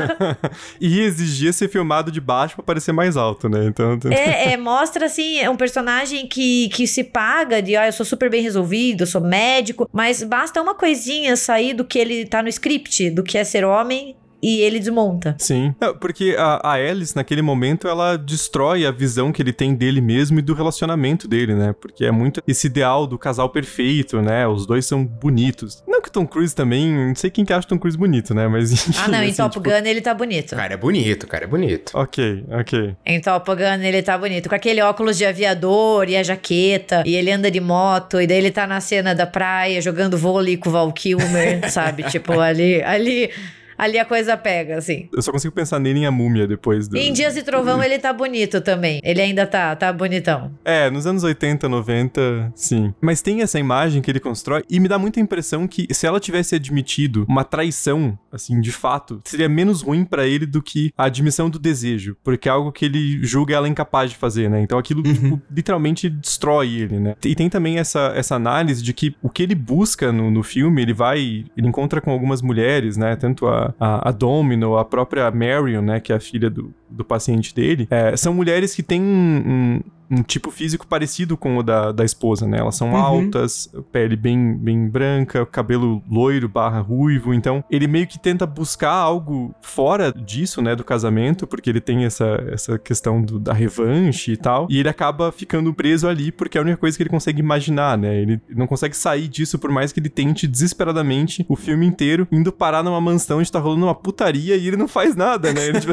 E exigia ser filmado de baixo pra parecer mais alto, né? Então... É, é, mostra, assim, é um personagem que, que se paga de, ó, ah, eu sou super bem resolvido, eu sou médico, mas basta uma coisinha sair do que ele tá no script, do que é ser homem, e ele desmonta. Sim. Não, porque a, a Alice, naquele momento, ela destrói a visão que ele tem dele mesmo e do relacionamento dele, né? Porque é muito esse ideal do casal perfeito, né? Os dois são bonitos. Não que o Tom Cruise também... Não sei quem que acha o Tom Cruise bonito, né? Mas enfim, ah, não. Em assim, Top tipo... Gun ele tá bonito. O cara é bonito, o cara é bonito. Ok, ok. Em Top Gun ele tá bonito. Com aquele óculos de aviador e a jaqueta. E ele anda de moto. E daí ele tá na cena da praia jogando vôlei com o Val Kilmer, sabe? Tipo, ali... ali... Ali a coisa pega, assim. Eu só consigo pensar nele em A Múmia depois do... Em Dias de Trovão ele tá bonito também. Ele ainda tá, tá bonitão. É, nos anos oitenta, noventa, sim. Mas tem essa imagem que ele constrói e me dá muita impressão que se ela tivesse admitido uma traição, assim, de fato, seria menos ruim pra ele do que a admissão do desejo. Porque é algo que ele julga ela incapaz de fazer, né? Então aquilo, uhum. tipo, literalmente destrói ele, né? E tem também essa, essa análise de que o que ele busca no, no filme, ele vai... Ele encontra com algumas mulheres, né? Tanto a A, a Domino, a própria Marion, né, que é a filha do, do paciente dele, é, são mulheres que têm um, um, um tipo físico parecido com o da, da esposa, né? Elas são uhum. altas, pele bem, bem branca, cabelo loiro barra ruivo, então ele meio que tenta buscar algo fora disso, né, do casamento, porque ele tem essa, essa questão do, da revanche e tal, e ele acaba ficando preso ali porque é a única coisa que ele consegue imaginar, né? Ele não consegue sair disso por mais que ele tente desesperadamente o filme inteiro, indo parar numa mansão onde tá rolando uma putaria e ele não faz nada, né? Ele, tipo...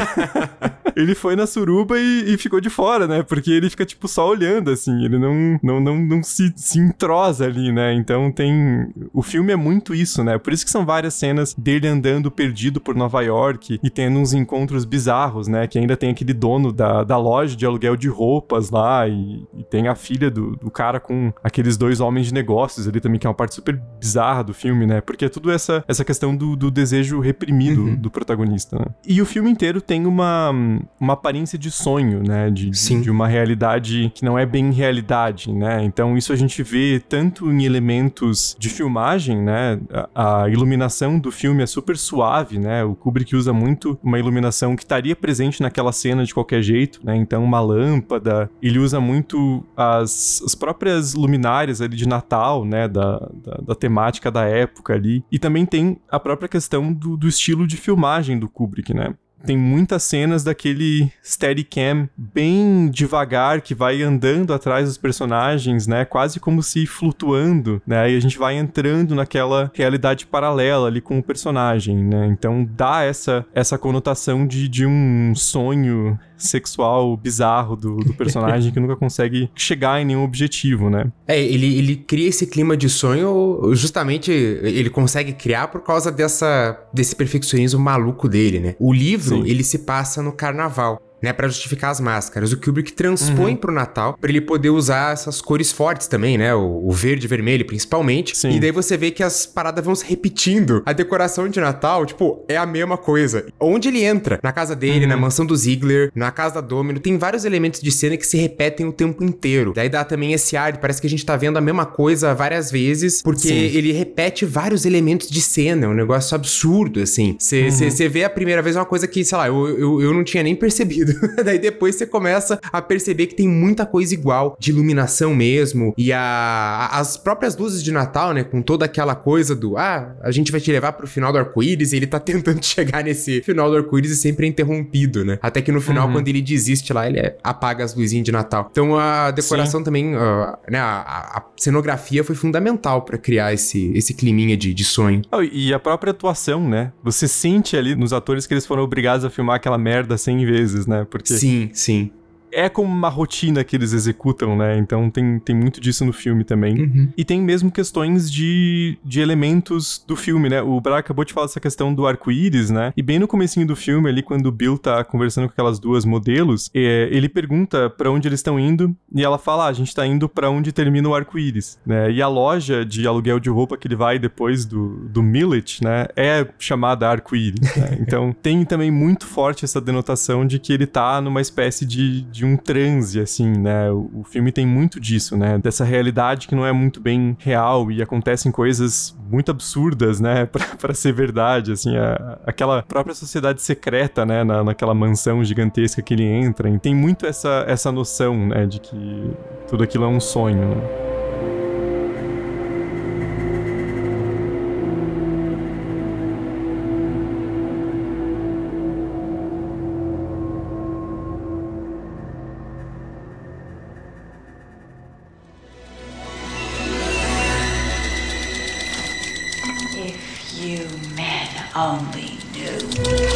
ele foi na suruba e, e ficou de fora, né? Porque ele fica, tipo, só olhando, assim. Ele não, não, não, não se, se entrosa ali, né? Então tem... O filme é muito isso, né? Por isso que são várias cenas dele andando perdido por Nova York e tendo uns encontros bizarros, né? Que ainda tem aquele dono da, da loja de aluguel de roupas lá e, e tem a filha do, do cara com aqueles dois homens de negócios ali também, que é uma parte super bizarra do filme, né? Porque é tudo essa, essa questão do, do desejo reprimido uhum. do protagonista, né? E o filme inteiro tem uma, uma aparência de sonho, né? De, de, de uma realidade que não é bem realidade, né? Então isso a gente vê tanto em elementos de filmagem, né? A, a iluminação do filme é super suave, né? O Kubrick usa muito uma iluminação que estaria presente naquela cena de qualquer jeito, né? Então uma lâmpada, ele usa muito as, as próprias luminárias ali de Natal, né? Da, da, da temática da época ali. E também tem a própria questão do, do estilo de filmagem do Kubrick, né? Tem muitas cenas daquele Steadicam bem devagar, que vai andando atrás dos personagens, né? Quase como se flutuando, né? E a gente vai entrando naquela realidade paralela ali com o personagem, né? Então dá essa, essa conotação de, de um sonho sexual bizarro do, do personagem que nunca consegue chegar em nenhum objetivo, né? É, ele, ele cria esse clima de sonho, justamente ele consegue criar por causa dessa, desse perfeccionismo maluco dele, né? O livro, Sim. ele se passa no carnaval, né, pra justificar as máscaras. O Kubrick transpõe uhum. pro Natal pra ele poder usar essas cores fortes também, né? O, o verde e vermelho, principalmente. Sim. E daí você vê que as paradas vão se repetindo. A decoração de Natal, tipo, é a mesma coisa. Onde ele entra? Na casa dele, uhum. na mansão do Ziegler, na casa da Domino, tem vários elementos de cena que se repetem o tempo inteiro. Daí dá também esse ar, parece que a gente tá vendo a mesma coisa várias vezes, porque Sim. ele repete vários elementos de cena. É um negócio absurdo, assim. Você uhum. vê a primeira vez uma coisa que, sei lá, eu, eu, eu não tinha nem percebido. Daí depois você começa a perceber que tem muita coisa igual, de iluminação mesmo, e a, as próprias luzes de Natal, né, com toda aquela coisa do, ah, a gente vai te levar pro final do arco-íris, e ele tá tentando chegar nesse final do arco-íris e sempre é interrompido, né, até que no final, uhum. quando ele desiste lá, ele é, apaga as luzinhas de Natal. Então a decoração Sim. também, uh, né, a, a cenografia foi fundamental pra criar esse, esse climinha de, de sonho. Oh, e a própria atuação, né, você sente ali nos atores que eles foram obrigados a filmar aquela merda cem vezes, né, porque... Sim, sim. É como uma rotina que eles executam, né? Então tem, tem muito disso no filme também. Uhum. E tem mesmo questões de, de elementos do filme, né? O Bra acabou de falar dessa questão do arco-íris, né? E bem no comecinho do filme ali, quando o Bill tá conversando com aquelas duas modelos, é, ele pergunta pra onde eles estão indo e ela fala, ah, a gente tá indo pra onde termina o arco-íris, né? E a loja de aluguel de roupa que ele vai depois do, do Millet, né? É chamada arco-íris, né? Então tem também muito forte essa denotação de que ele tá numa espécie de de um transe, assim, né? O, o filme tem muito disso, né? Dessa realidade que não é muito bem real e acontecem coisas muito absurdas, né? Pra, pra ser verdade, assim, a, aquela própria sociedade secreta, né? Na, naquela mansão gigantesca que ele entra. E tem muito essa, essa noção, né? De que tudo aquilo é um sonho, né? Only knew.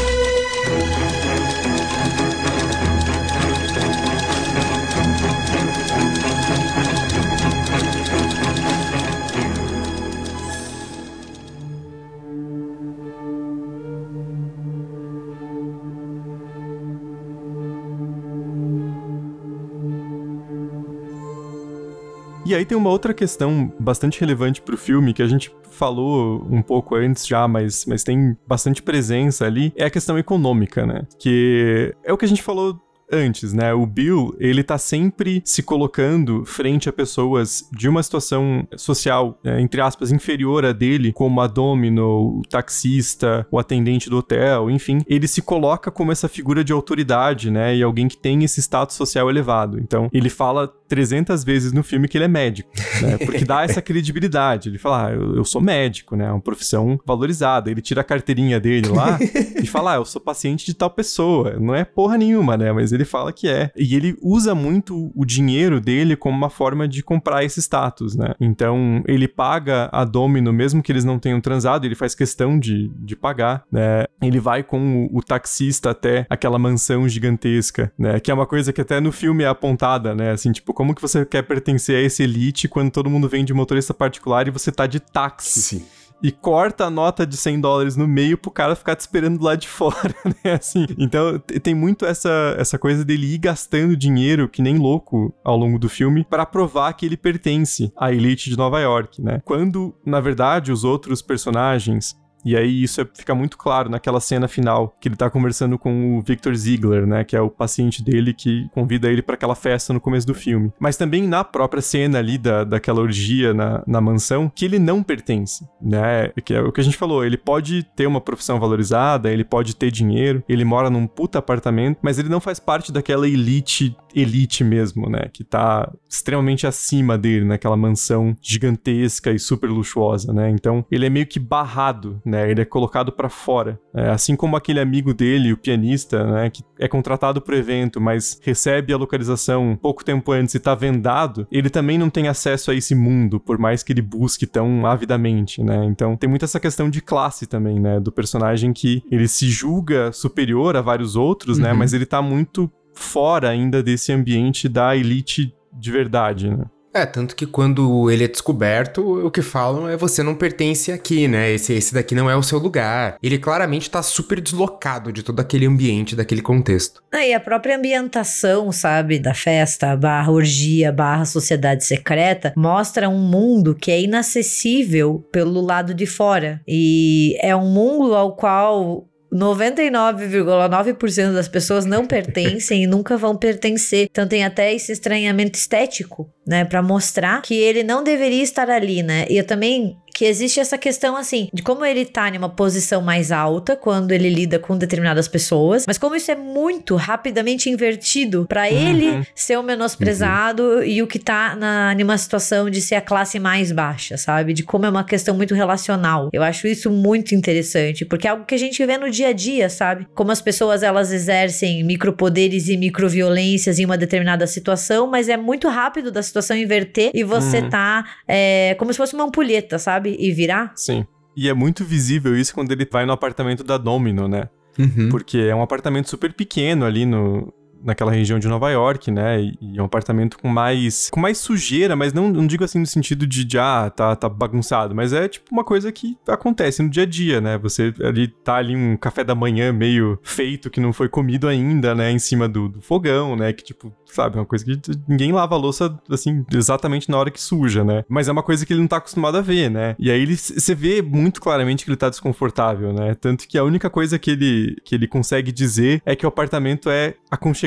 E aí tem uma outra questão bastante relevante pro filme, que a gente falou um pouco antes já, mas, mas tem bastante presença ali, é a questão econômica, né? Que é o que a gente falou antes, né? O Bill, ele tá sempre se colocando frente a pessoas de uma situação social, é, entre aspas, inferior a dele, como a Domino, o taxista, o atendente do hotel, enfim. Ele se coloca como essa figura de autoridade, né? E alguém que tem esse status social elevado. Então, ele fala trezentas vezes no filme que ele é médico, né? Porque dá essa credibilidade. Ele fala, ah, eu, eu sou médico, né? É uma profissão valorizada. Ele tira a carteirinha dele lá e fala, ah, eu sou paciente de tal pessoa. Não é porra nenhuma, né? Mas ele fala que é. E ele usa muito o dinheiro dele como uma forma de comprar esse status, né? Então, ele paga a Domino, mesmo que eles não tenham transado, ele faz questão de, de pagar, né? Ele vai com o, o taxista até aquela mansão gigantesca, né? Que é uma coisa que até no filme é apontada, né? Assim, tipo, como que você quer pertencer a essa elite quando todo mundo vem de motorista particular e você tá de táxi? Sim. E corta a nota de cem dólares no meio pro cara ficar te esperando lá de fora, né, assim. Então, tem muito essa, essa coisa dele ir gastando dinheiro, que nem louco, ao longo do filme, pra provar que ele pertence à elite de Nova York, né. Quando, na verdade, os outros personagens... E aí isso é, fica muito claro naquela cena final, que ele tá conversando com o Victor Ziegler, né, que é o paciente dele que convida ele pra aquela festa no começo do filme. Mas também na própria cena ali da, daquela orgia na, na mansão, que ele não pertence, né, que é o que a gente falou, ele pode ter uma profissão valorizada, ele pode ter dinheiro, ele mora num puta apartamento, mas ele não faz parte daquela elite, elite mesmo, né, que tá extremamente acima dele, naquela mansão gigantesca e super luxuosa, né, então ele é meio que barrado, né, ele é colocado pra fora, é, assim como aquele amigo dele, o pianista, né, que é contratado pro evento, mas recebe a localização pouco tempo antes e tá vendado, ele também não tem acesso a esse mundo, por mais que ele busque tão avidamente, né, então tem muito essa questão de classe também, né, do personagem que ele se julga superior a vários outros, uhum. né, mas ele tá muito fora ainda desse ambiente da elite de verdade, né. É, tanto que quando ele é descoberto, o que falam é você não pertence aqui, né? Esse, esse daqui não é o seu lugar. Ele claramente tá super deslocado de todo aquele ambiente, daquele contexto. Ah, e a própria ambientação, sabe, da festa, barra orgia, barra sociedade secreta, mostra um mundo que é inacessível pelo lado de fora. E é um mundo ao qual... noventa e nove vírgula nove por cento das pessoas não pertencem e nunca vão pertencer. Então tem até esse estranhamento estético, né? Pra mostrar que ele não deveria estar ali, né? E eu também... que existe essa questão, assim, de como ele tá em uma posição mais alta quando ele lida com determinadas pessoas, mas como isso é muito rapidamente invertido pra uhum. ele ser o menosprezado uhum. e o que tá na, numa situação de ser a classe mais baixa, sabe? De como é uma questão muito relacional. Eu acho isso muito interessante, porque é algo que a gente vê no dia a dia, sabe? Como as pessoas, elas exercem micropoderes e microviolências em uma determinada situação, mas é muito rápido da situação inverter e você uhum. tá é, como se fosse uma ampulheta, sabe? E virar. Sim. E é muito visível isso quando ele vai no apartamento da Domino, né? Uhum. Porque é um apartamento super pequeno ali no... naquela região de Nova York, né, e, e é um apartamento com mais com mais sujeira, mas não, não digo assim no sentido de, de ah, tá, tá bagunçado, mas é tipo uma coisa que acontece no dia a dia, né, você ali tá ali um café da manhã meio feito que não foi comido ainda, né, em cima do, do fogão, né, que tipo, sabe, uma coisa que ninguém lava a louça, assim, exatamente na hora que suja, né, mas é uma coisa que ele não tá acostumado a ver, né, e aí você vê muito claramente que ele tá desconfortável, né, tanto que a única coisa que ele, que ele consegue dizer é que o apartamento é aconchegante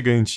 aconchegante.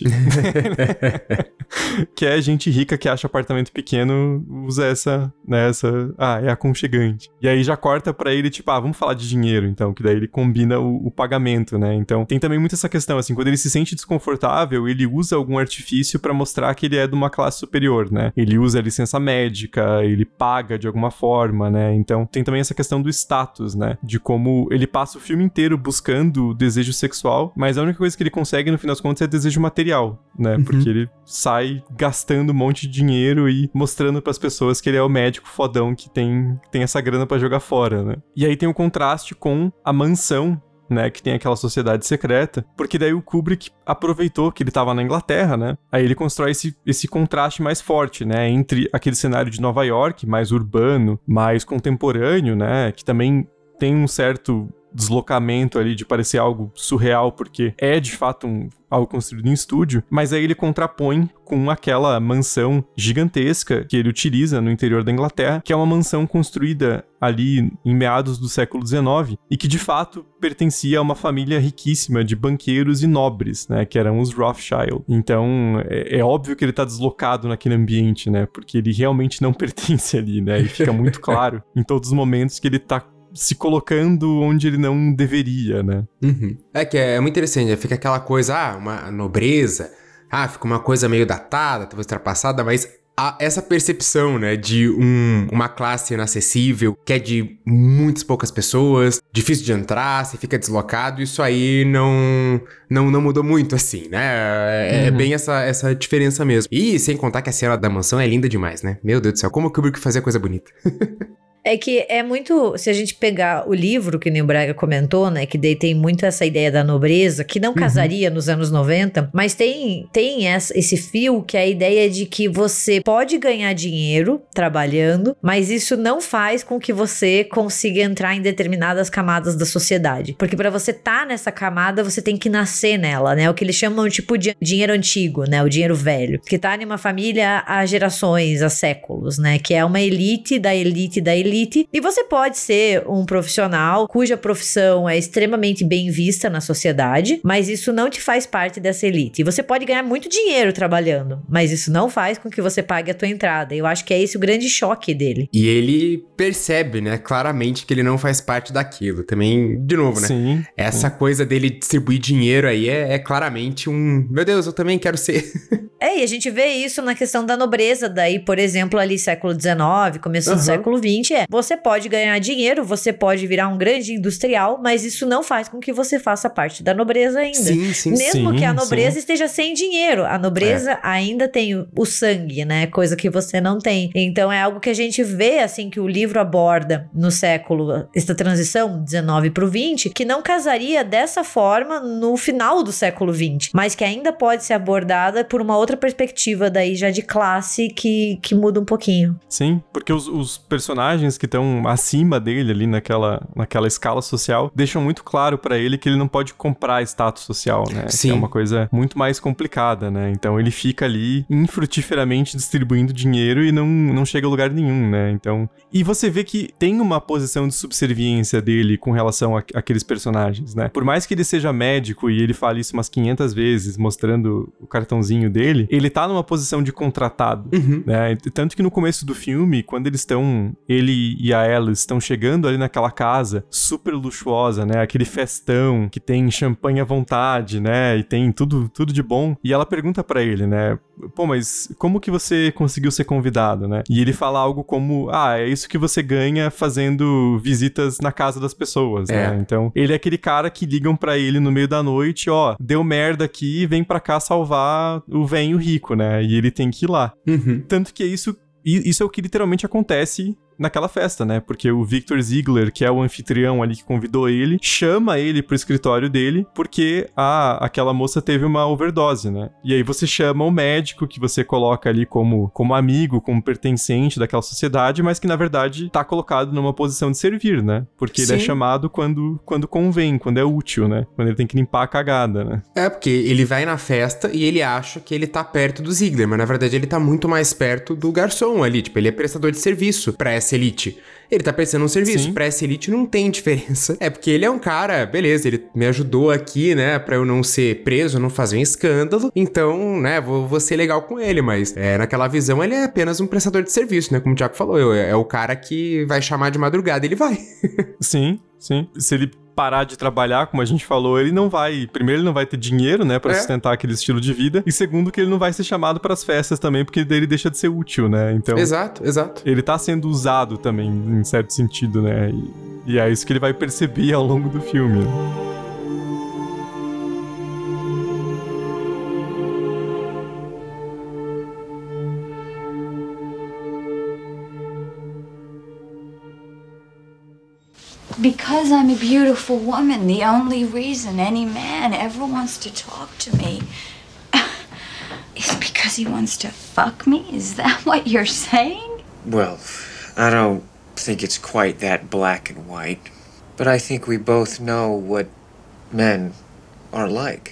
Que é gente rica que acha apartamento pequeno, usa essa, né, essa... Ah, é aconchegante. E aí já corta pra ele, tipo, ah, vamos falar de dinheiro, então, que daí ele combina o, o pagamento, né? Então, tem também muito essa questão, assim, quando ele se sente desconfortável, ele usa algum artifício pra mostrar que ele é de uma classe superior, né? Ele usa a licença médica, ele paga de alguma forma, né? Então, tem também essa questão do status, né? De como ele passa o filme inteiro buscando o desejo sexual, mas a única coisa que ele consegue, no fim das contas, é desejo material, né? Uhum. Porque ele sai gastando um monte de dinheiro e mostrando pras pessoas que ele é o médico fodão que tem, tem essa grana pra jogar fora, né? E aí tem o contraste com a mansão, né, que tem aquela sociedade secreta, porque daí o Kubrick aproveitou que ele tava na Inglaterra, né, aí ele constrói esse, esse contraste mais forte, né, entre aquele cenário de Nova York, mais urbano, mais contemporâneo, né, que também tem um certo deslocamento ali de parecer algo surreal, porque é de fato um, algo construído em estúdio, mas aí ele contrapõe com aquela mansão gigantesca que ele utiliza no interior da Inglaterra, que é uma mansão construída ali em meados do século dezenove e que de fato pertencia a uma família riquíssima de banqueiros e nobres, né, que eram os Rothschild. Então é, é óbvio que ele tá deslocado naquele ambiente, né, porque ele realmente não pertence ali, né, e fica muito claro em todos os momentos que ele tá se colocando onde ele não deveria, né? Uhum. É que é muito interessante, fica aquela coisa, ah, uma nobreza, ah, fica uma coisa meio datada, talvez ultrapassada, mas há essa percepção, né, de um, uma classe inacessível, que é de muitas poucas pessoas, difícil de entrar, você fica deslocado, isso aí não, não, não mudou muito, assim, né? É, uhum. é bem essa, essa diferença mesmo. E sem contar que a cena da mansão é linda demais, né? Meu Deus do céu, como o Kubrick fazia coisa bonita. É que é muito... Se a gente pegar o livro que o Neil Braga comentou, né? Que daí tem muito essa ideia da nobreza, que não casaria uhum. nos anos noventa, mas tem, tem essa, esse fio que é a ideia de que você pode ganhar dinheiro trabalhando, mas isso não faz com que você consiga entrar em determinadas camadas da sociedade. Porque pra você estar tá nessa camada, você tem que nascer nela, né? O que eles chamam tipo de dinheiro antigo, né? O dinheiro velho. Que tá em uma família há gerações, há séculos, né? Que é uma elite da elite da elite. E você pode ser um profissional cuja profissão é extremamente bem vista na sociedade, mas isso não te faz parte dessa elite. E você pode ganhar muito dinheiro trabalhando, mas isso não faz com que você pague a tua entrada. Eu acho que é esse o grande choque dele. E ele percebe, né, claramente que ele não faz parte daquilo. Também, de novo, né? Sim. Essa sim. coisa dele distribuir dinheiro aí é, é claramente um... Meu Deus, eu também quero ser... É, e a gente vê isso na questão da nobreza, daí, por exemplo, ali século dezenove, começo uhum. do século vinte, é, você pode ganhar dinheiro, você pode virar um grande industrial, mas isso não faz com que você faça parte da nobreza ainda. Sim, sim, Mesmo sim, que a nobreza sim. esteja sem dinheiro, a nobreza é. ainda tem o, o sangue, né, coisa que você não tem. Então é algo que a gente vê, assim, que o livro aborda no século, essa transição, dezenove pro vinte, que não casaria dessa forma no final do século vinte, mas que ainda pode ser abordada por uma outra outra perspectiva daí já de classe que, que muda um pouquinho. Sim, porque os, os personagens que estão acima dele ali naquela, naquela escala social deixam muito claro pra ele que ele não pode comprar status social, né? Sim. Que é uma coisa muito mais complicada, né? Então ele fica ali infrutiferamente distribuindo dinheiro e não, não chega a lugar nenhum, né? Então... E você vê que tem uma posição de subserviência dele com relação a, a aqueles personagens, né? Por mais que ele seja médico e ele fale isso umas quinhentas vezes, mostrando o cartãozinho dele, ele tá numa posição de contratado, uhum. né? Tanto que no começo do filme, quando eles estão, ele e a Alice estão chegando ali naquela casa super luxuosa, né? Aquele festão que tem champanhe à vontade, né? E tem tudo, tudo de bom. E ela pergunta pra ele, né? Pô, mas como que você conseguiu ser convidado, né? E ele fala algo como, ah, é isso que você ganha fazendo visitas na casa das pessoas, é. né? Então, ele é aquele cara que ligam pra ele no meio da noite, ó, deu merda aqui, vem pra cá salvar o velho rico, né? E ele tem que ir lá. Uhum. Tanto que isso, isso é o que literalmente acontece naquela festa, né? Porque o Victor Ziegler, que é o anfitrião ali que convidou ele, chama ele pro escritório dele porque a, aquela moça teve uma overdose, né? E aí você chama o médico que você coloca ali como, como amigo, como pertencente daquela sociedade, mas que na verdade tá colocado numa posição de servir, né? Porque Sim. ele é chamado quando, quando convém, quando é útil, né? Quando ele tem que limpar a cagada, né? É, porque ele vai na festa e ele acha que ele tá perto do Ziegler, mas na verdade ele tá muito mais perto do garçom ali, tipo, ele é prestador de serviço pra essa pré-elite. Ele tá prestando um serviço. Pré-elite não tem diferença. É porque ele é um cara, beleza, ele me ajudou aqui, né, pra eu não ser preso, não fazer um escândalo. Então, né, vou, vou ser legal com ele. Mas é, naquela visão, ele é apenas um prestador de serviço, né? Como o Thiago falou, é, é o cara que vai chamar de madrugada, ele vai. Sim, sim. Se ele parar de trabalhar, como a gente falou, ele não vai... Primeiro, ele não vai ter dinheiro, né, pra é. sustentar aquele estilo de vida. E segundo, que ele não vai ser chamado pras festas também, porque daí ele deixa de ser útil, né? Então... Exato, exato. Ele tá sendo usado também, em certo sentido, né? E, e é isso que ele vai perceber ao longo do filme. Because I'm a beautiful woman, the only reason any man ever wants to talk to me is because he wants to fuck me? Is that what you're saying? Well, I don't think it's quite that black and white, but I think we both know what men are like.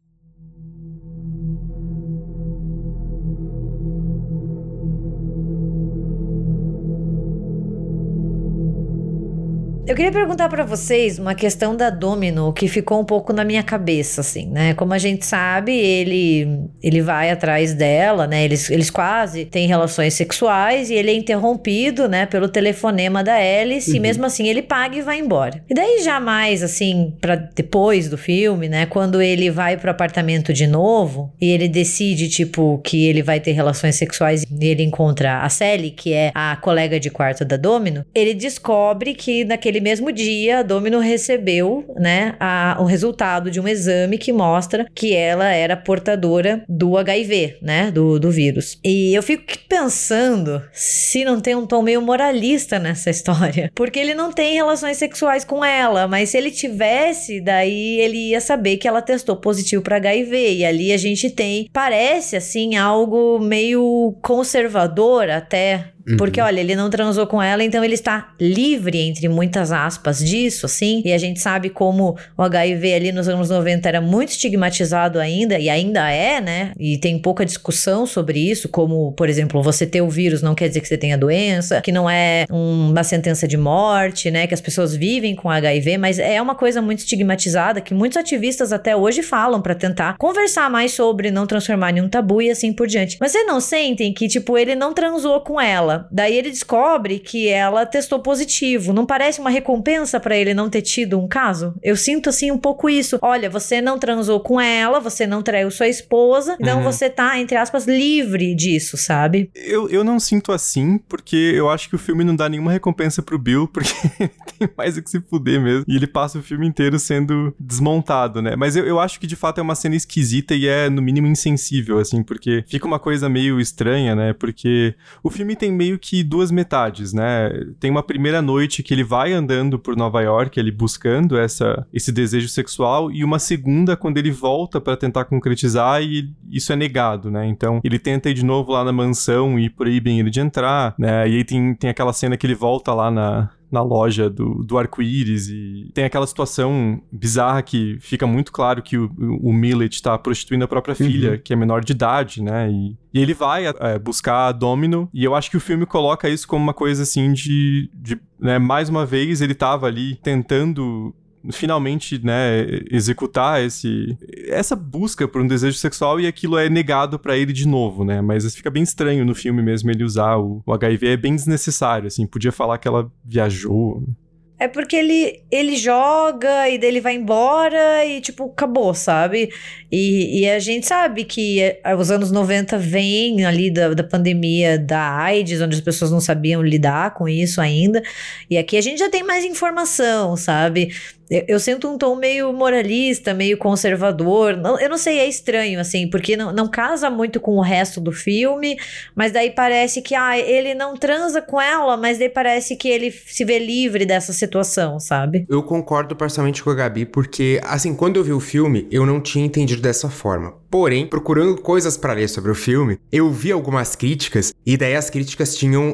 Eu queria perguntar pra vocês uma questão da Domino que ficou um pouco na minha cabeça, assim, né? Como a gente sabe, ele, ele vai atrás dela, né? Eles, eles quase têm relações sexuais e ele é interrompido, né? Pelo telefonema da Alice, uhum. E mesmo assim ele paga e vai embora. E daí jamais, assim, pra depois do filme, né? Quando ele vai pro apartamento de novo e ele decide, tipo, que ele vai ter relações sexuais e ele encontra a Sally, que é a colega de quarto da Domino, ele descobre que naquele mesmo dia, a Domino recebeu, né, a, o resultado de um exame que mostra que ela era portadora do H I V, né, do, do vírus. E eu fico pensando se não tem um tom meio moralista nessa história, porque ele não tem relações sexuais com ela, mas se ele tivesse, daí ele ia saber que ela testou positivo para H I V, e ali a gente tem, parece assim, algo meio conservador até. Porque, olha, ele não transou com ela, então ele está livre, entre muitas aspas, disso, assim. E a gente sabe como o H I V ali nos anos noventa era muito estigmatizado ainda, e ainda é, né? E tem pouca discussão sobre isso, como, por exemplo, você ter o vírus não quer dizer que você tenha doença, que não é um, uma sentença de morte, né? Que as pessoas vivem com H I V, mas é uma coisa muito estigmatizada que muitos ativistas até hoje falam pra tentar conversar mais sobre, não transformar em um tabu e assim por diante. Mas vocês não sentem que, tipo, ele não transou com ela? Daí ele descobre que ela testou positivo. Não parece uma recompensa pra ele não ter tido um caso? Eu sinto assim um pouco isso. Olha, você não transou com ela, você não traiu sua esposa, então uhum. você tá, entre aspas, livre disso, sabe? Eu, eu não sinto assim, porque eu acho que o filme não dá nenhuma recompensa pro Bill, porque tem mais o que se fuder mesmo. E ele passa o filme inteiro sendo desmontado, né? Mas eu, eu acho que de fato é uma cena esquisita e é no mínimo insensível, assim, porque fica uma coisa meio estranha, né? Porque o filme tem meio que duas metades, né? Tem uma primeira noite que ele vai andando por Nova York, ele buscando essa, esse desejo sexual, e uma segunda quando ele volta pra tentar concretizar e isso é negado, né? Então ele tenta ir de novo lá na mansão e proíbem ele de entrar, né? E aí tem, tem aquela cena que ele volta lá na... na loja do, do arco-íris, e tem aquela situação bizarra que fica muito claro que o, o Millet tá prostituindo a própria uhum. filha, que é menor de idade, né, e, e ele vai é, buscar a Domino, e eu acho que o filme coloca isso como uma coisa assim de, de né, mais uma vez ele tava ali tentando finalmente, né, executar esse, essa busca por um desejo sexual, e aquilo é negado pra ele de novo, né, mas fica bem estranho no filme mesmo ele usar o, o H I V, é bem desnecessário, assim, podia falar que ela viajou. É porque ele, ele joga e daí ele vai embora e, tipo, acabou, sabe? E, e a gente sabe que os anos noventa vêm ali da, da pandemia da AIDS, onde as pessoas não sabiam lidar com isso ainda. E aqui a gente já tem mais informação, sabe? Eu, eu sinto um tom meio moralista, meio conservador. Não, eu não sei, é estranho, assim, porque não, não casa muito com o resto do filme, mas daí parece que, ah, ele não transa com ela, mas daí parece que ele se vê livre dessa situação, sabe? Eu concordo parcialmente com a Gabi, porque, assim, quando eu vi o filme, eu não tinha entendido dessa forma. Porém, procurando coisas pra ler sobre o filme, eu vi algumas críticas, e daí as críticas tinham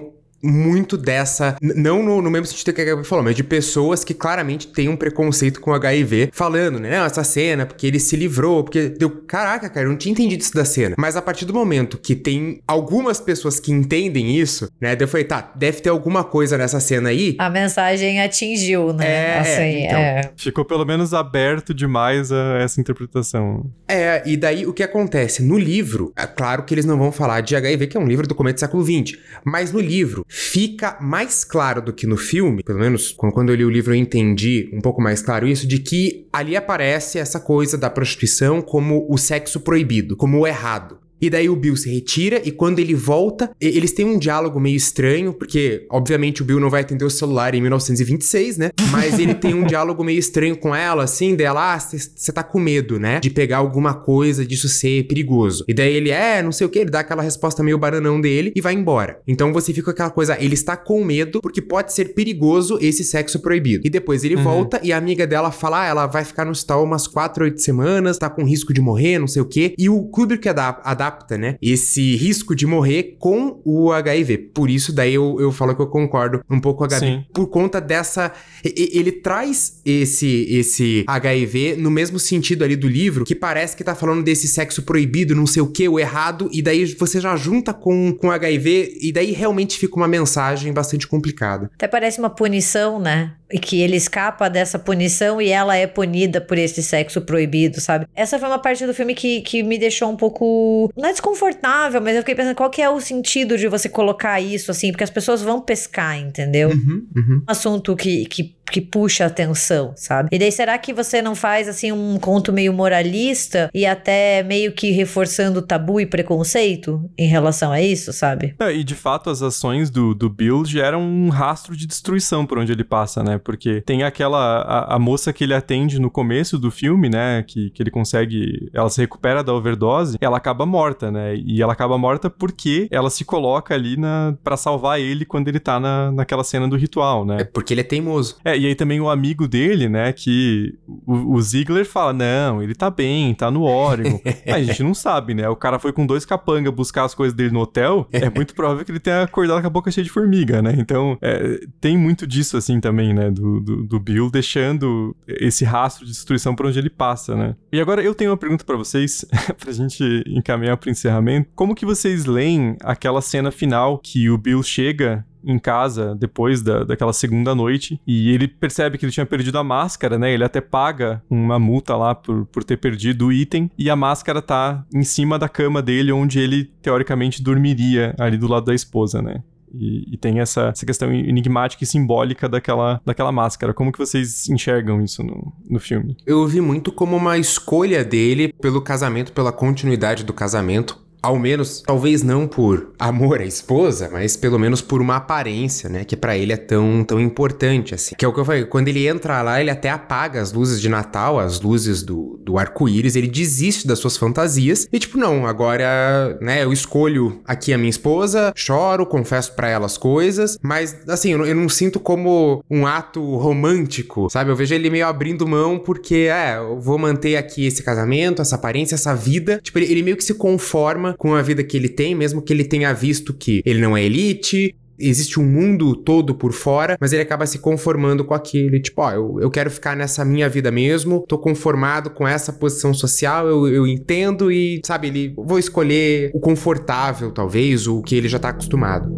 muito dessa, n- não no, no mesmo sentido que a Gabi falou, mas de pessoas que claramente têm um preconceito com o H I V, falando, né, não, essa cena, porque ele se livrou, porque deu, caraca, cara, eu não tinha entendido isso da cena. Mas a partir do momento que tem algumas pessoas que entendem isso, né, daí eu falei, tá, deve ter alguma coisa nessa cena aí. A mensagem atingiu, né? É, assim, então. é. Ficou pelo menos aberto demais a essa interpretação. É, e daí o que acontece? No livro, é claro que eles não vão falar de H I V, que é um livro do começo do século vinte, mas no livro fica mais claro do que no filme, pelo menos quando eu li o livro eu entendi um pouco mais claro isso, de que ali aparece essa coisa da prostituição como o sexo proibido, como o errado. E daí o Bill se retira e quando ele volta, eles têm um diálogo meio estranho, porque obviamente o Bill não vai atender o celular em mil novecentos e vinte e seis, né? Mas ele tem um diálogo meio estranho com ela, assim, dela, ah, você tá com medo, né? De pegar alguma coisa, disso ser perigoso. E daí ele, é, não sei o que, ele dá aquela resposta meio bananão dele e vai embora. Então você fica com aquela coisa, ele está com medo porque pode ser perigoso esse sexo proibido. E depois ele uhum. volta e a amiga dela fala, ah, ela vai ficar no hospital umas quatro, oito semanas, tá com risco de morrer, não sei o que. E o Kubrick adapta, adapta né, esse risco de morrer com o H I V. Por isso, daí eu, eu falo que eu concordo um pouco com a Gabi. Sim. Por conta dessa... Ele traz esse, esse H I V no mesmo sentido ali do livro, que parece que tá falando desse sexo proibido, não sei o que, o errado, e daí você já junta com, com H I V, e daí realmente fica uma mensagem bastante complicada. Até parece uma punição, né? E que ele escapa dessa punição e ela é punida por esse sexo proibido, sabe? Essa foi uma parte do filme que, que me deixou um pouco... Não é desconfortável, mas eu fiquei pensando qual que é o sentido de você colocar isso, assim, porque as pessoas vão pescar, entendeu? Uhum, uhum. Um assunto que, que, que puxa a atenção, sabe? E daí será que você não faz, assim, um conto meio moralista e até meio que reforçando tabu e preconceito em relação a isso, sabe? É, e de fato as ações do, do Bill geram um rastro de destruição por onde ele passa, né? Porque tem aquela... A, a moça que ele atende no começo do filme, né? Que, que ele consegue... Ela se recupera da overdose, ela acaba morta, né? E ela acaba morta porque ela se coloca ali na, pra salvar ele quando ele tá na, naquela cena do ritual, né? É porque ele é teimoso. É, e aí também o amigo dele, né? Que o, o Ziegler fala, não, ele tá bem, tá no Oregon. A gente não sabe, né? O cara foi com dois capanga buscar as coisas dele no hotel, é muito provável que ele tenha acordado com a boca cheia de formiga, né? Então, é, tem muito disso, assim, também, né? Do, do, do Bill deixando esse rastro de destruição por onde ele passa, né? E agora eu tenho uma pergunta pra vocês, pra gente encaminhar pro encerramento. Como que vocês leem aquela cena final que o Bill chega em casa depois da, daquela segunda noite e ele percebe que ele tinha perdido a máscara, né? Ele até paga uma multa lá por, por ter perdido o item e a máscara tá em cima da cama dele onde ele teoricamente dormiria ali do lado da esposa, né? E, e tem essa, essa questão enigmática e simbólica daquela, daquela máscara. Como que vocês enxergam isso no, no filme? Eu vi muito como uma escolha dele pelo casamento, pela continuidade do casamento. Ao menos, talvez não por amor à esposa, mas pelo menos por uma aparência, né? Que pra ele é tão, tão importante, assim. Que é o que eu falei, quando ele entra lá, ele até apaga as luzes de Natal, as luzes do, do arco-íris, ele desiste das suas fantasias. E tipo, não, agora, né, eu escolho aqui a minha esposa, choro, confesso pra ela as coisas, mas, assim, eu não, eu não sinto como um ato romântico, sabe? Eu vejo ele meio abrindo mão porque, é, eu vou manter aqui esse casamento, essa aparência, essa vida. Tipo, ele, ele meio que se conforma com a vida que ele tem, mesmo que ele tenha visto que ele não é elite, existe um mundo todo por fora, mas ele acaba se conformando com aquilo, tipo, ó, eu, eu quero ficar nessa minha vida mesmo, tô conformado com essa posição social, eu, eu entendo e, sabe, ele, vou escolher o confortável, talvez, o que ele já tá acostumado.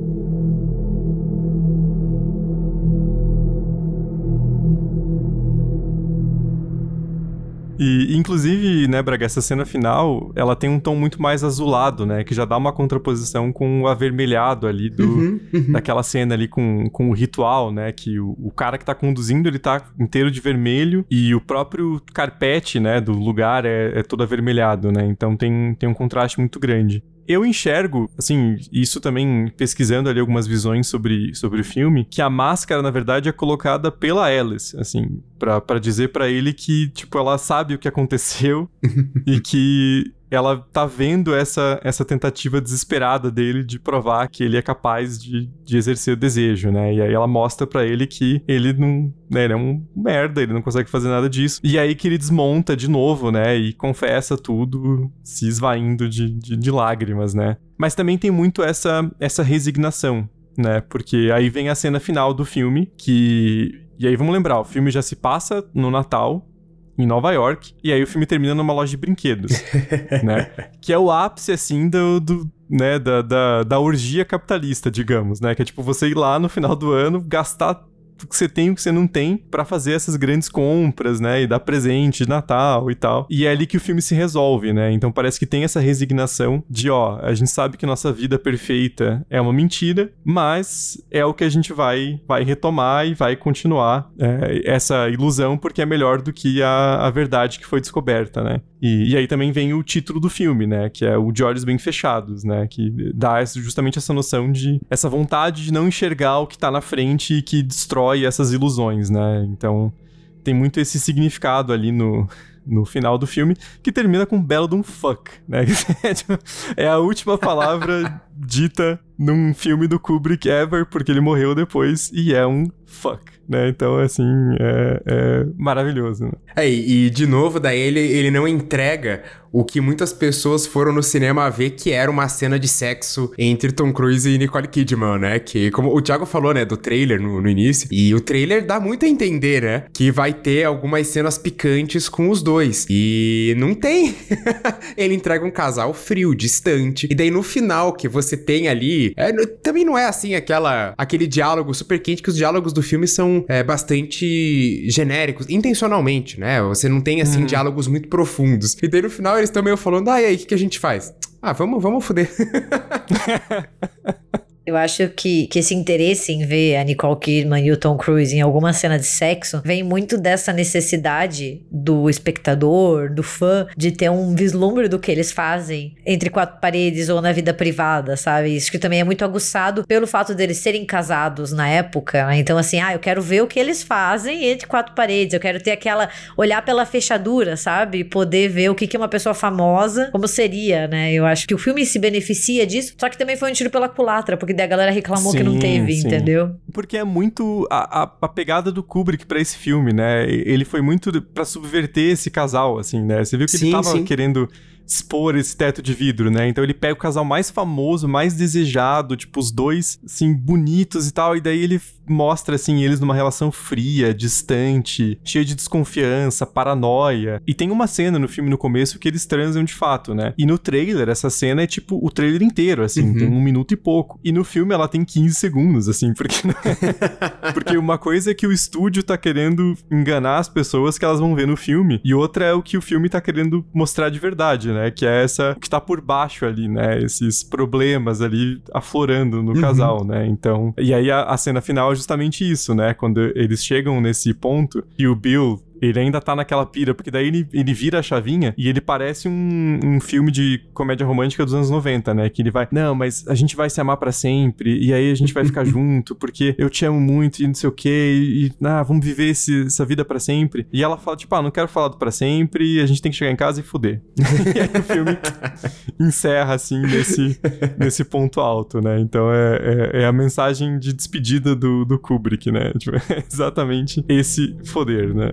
E, inclusive, né, Braga, essa cena final, ela tem um tom muito mais azulado, né, que já dá uma contraposição com o avermelhado ali do, uhum, uhum. daquela cena ali com, com o ritual, né, que o, o cara que tá conduzindo, ele tá inteiro de vermelho e o próprio carpete, né, do lugar é, é todo avermelhado, né, então tem, tem um contraste muito grande. Eu enxergo, assim, isso também pesquisando ali algumas visões sobre, sobre o filme, que a máscara, na verdade, é colocada pela Alice, assim, pra, pra dizer pra ele que, tipo, ela sabe o que aconteceu e que ela tá vendo essa, essa tentativa desesperada dele de provar que ele é capaz de, de exercer o desejo, né? E aí ela mostra pra ele que ele não... Né, ele é um merda, ele não consegue fazer nada disso. E aí que ele desmonta de novo, né? E confessa tudo, se esvaindo de, de, de lágrimas, né? Mas também tem muito essa, essa resignação. né? Porque aí vem a cena final do filme, que... E aí vamos lembrar, o filme já se passa no Natal, em Nova York, e aí o filme termina numa loja de brinquedos, né? Que é o ápice, assim, do... do né, da, da, da orgia capitalista, digamos, né? Que é tipo você ir lá no final do ano, gastar o que você tem e o que você não tem pra fazer essas grandes compras, né, e dar presente de Natal e tal. E é ali que o filme se resolve, né, então parece que tem essa resignação de, ó, a gente sabe que nossa vida perfeita é uma mentira, mas é o que a gente vai, vai retomar e vai continuar é, essa ilusão, porque é melhor do que a, a verdade que foi descoberta, né. E, e aí também vem o título do filme, né, que é o De Olhos Bem Fechados, né, que dá essa, justamente essa noção de, essa vontade de não enxergar o que tá na frente e que destrói essas ilusões, né, então tem muito esse significado ali no, no final do filme, que termina com um belo de um fuck, né, é a última palavra dita num filme do Kubrick ever, porque ele morreu depois, e é um fuck, né, então assim, é, é maravilhoso, né? É, e de novo, daí ele, ele não entrega o que muitas pessoas foram no cinema ver, que era uma cena de sexo entre Tom Cruise e Nicole Kidman, né, que como o Thiago falou, né, do trailer no, no início, e o trailer dá muito a entender, né, que vai ter algumas cenas picantes com os dois, e não tem. Ele entrega um casal frio, distante, e daí no final que você tem ali, é, também não é assim aquela, aquele diálogo super quente, que os diálogos do filme são é, bastante genéricos, intencionalmente, né, você não tem assim hum. diálogos muito profundos, e daí no final eles estão meio falando, ah, e aí, o que, que a gente faz? Ah, vamos, vamos foder. Eu acho que, que esse interesse em ver a Nicole Kidman e o Tom Cruise em alguma cena de sexo vem muito dessa necessidade do espectador, do fã, de ter um vislumbre do que eles fazem entre quatro paredes ou na vida privada, sabe? Isso que também é muito aguçado pelo fato deles serem casados na época, né? Então assim, ah, eu quero ver o que eles fazem entre quatro paredes, eu quero ter aquela, olhar pela fechadura, sabe? Poder ver o que que uma pessoa famosa, como seria, né? Eu acho que o filme se beneficia disso, só que também foi um tiro pela culatra, porque daí a galera reclamou sim, que não teve, sim. entendeu? Porque é muito a, a, a pegada do Kubrick pra esse filme, né? Ele foi muito pra subverter esse casal, assim, né? Você viu que sim, ele tava sim. querendo expor esse teto de vidro, né? Então ele pega o casal mais famoso, mais desejado, tipo, os dois, assim, bonitos e tal, e daí ele mostra, assim, eles numa relação fria, distante, cheia de desconfiança, paranoia. E tem uma cena no filme no começo que eles transam de fato, né? E no trailer, essa cena é, tipo, o trailer inteiro, assim, uhum. tem um minuto e pouco. E no filme ela tem quinze segundos, assim, porque... porque uma coisa é que o estúdio tá querendo enganar as pessoas que elas vão ver no filme, e outra é o que o filme tá querendo mostrar de verdade, né? Né, que é essa, o que tá por baixo ali, né, esses problemas ali aflorando no uhum. casal, né, então, e aí a, a cena final é justamente isso, né, quando eles chegam nesse ponto e o Bill, ele ainda tá naquela pira, porque daí ele, ele vira a chavinha e ele parece um, um filme de comédia romântica dos anos noventa, né? Que ele vai, não, mas a gente vai se amar pra sempre, e aí a gente vai ficar junto, porque eu te amo muito e não sei o quê, e, e ah, vamos viver esse, essa vida pra sempre. E ela fala, tipo, ah, não quero falar do pra sempre, a gente tem que chegar em casa e foder. E aí o filme encerra, assim, nesse, nesse ponto alto, né? Então é, é, é a mensagem de despedida do, do Kubrick, né? Tipo, é exatamente esse foder, né?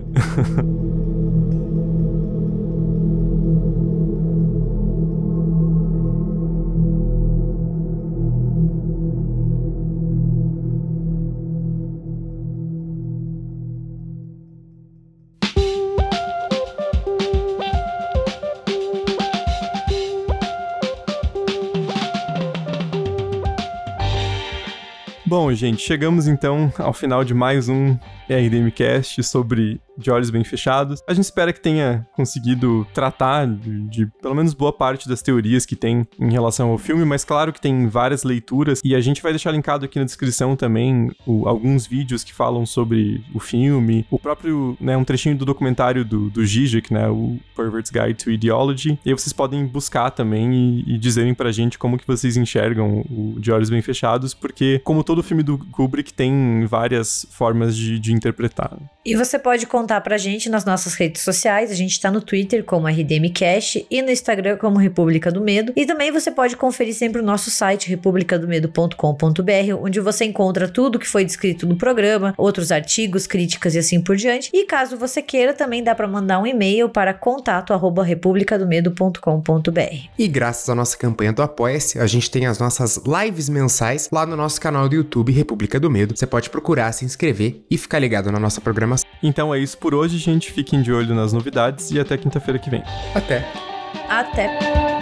Bom, gente, chegamos então ao final de mais um R D M Cast sobre De Olhos Bem Fechados. A gente espera que tenha conseguido tratar de, de pelo menos boa parte das teorias que tem em relação ao filme, mas claro que tem várias leituras e a gente vai deixar linkado aqui na descrição também o, alguns vídeos que falam sobre o filme, o próprio, né, um trechinho do documentário do, do Zizek, né, o Pervert's Guide to Ideology, e aí vocês podem buscar também e, e dizerem pra gente como que vocês enxergam o De Olhos Bem Fechados, porque como todo filme do Kubrick tem várias formas de, de interpretar. E você pode contar contar pra gente nas nossas redes sociais. A gente tá no Twitter como R D M Cast e no Instagram como República do Medo. E também você pode conferir sempre o nosso site república do medo ponto com ponto b r, onde você encontra tudo que foi descrito no programa, outros artigos, críticas e assim por diante. E caso você queira, também dá pra mandar um e-mail para contato arroba república do medo ponto com ponto b r. E graças à nossa campanha do Apoia-se, a gente tem as nossas lives mensais lá no nosso canal do YouTube República do Medo. Você pode procurar, se inscrever e ficar ligado na nossa programação. Então é isso por hoje, gente. Fiquem de olho nas novidades e até quinta-feira que vem. Até! Até!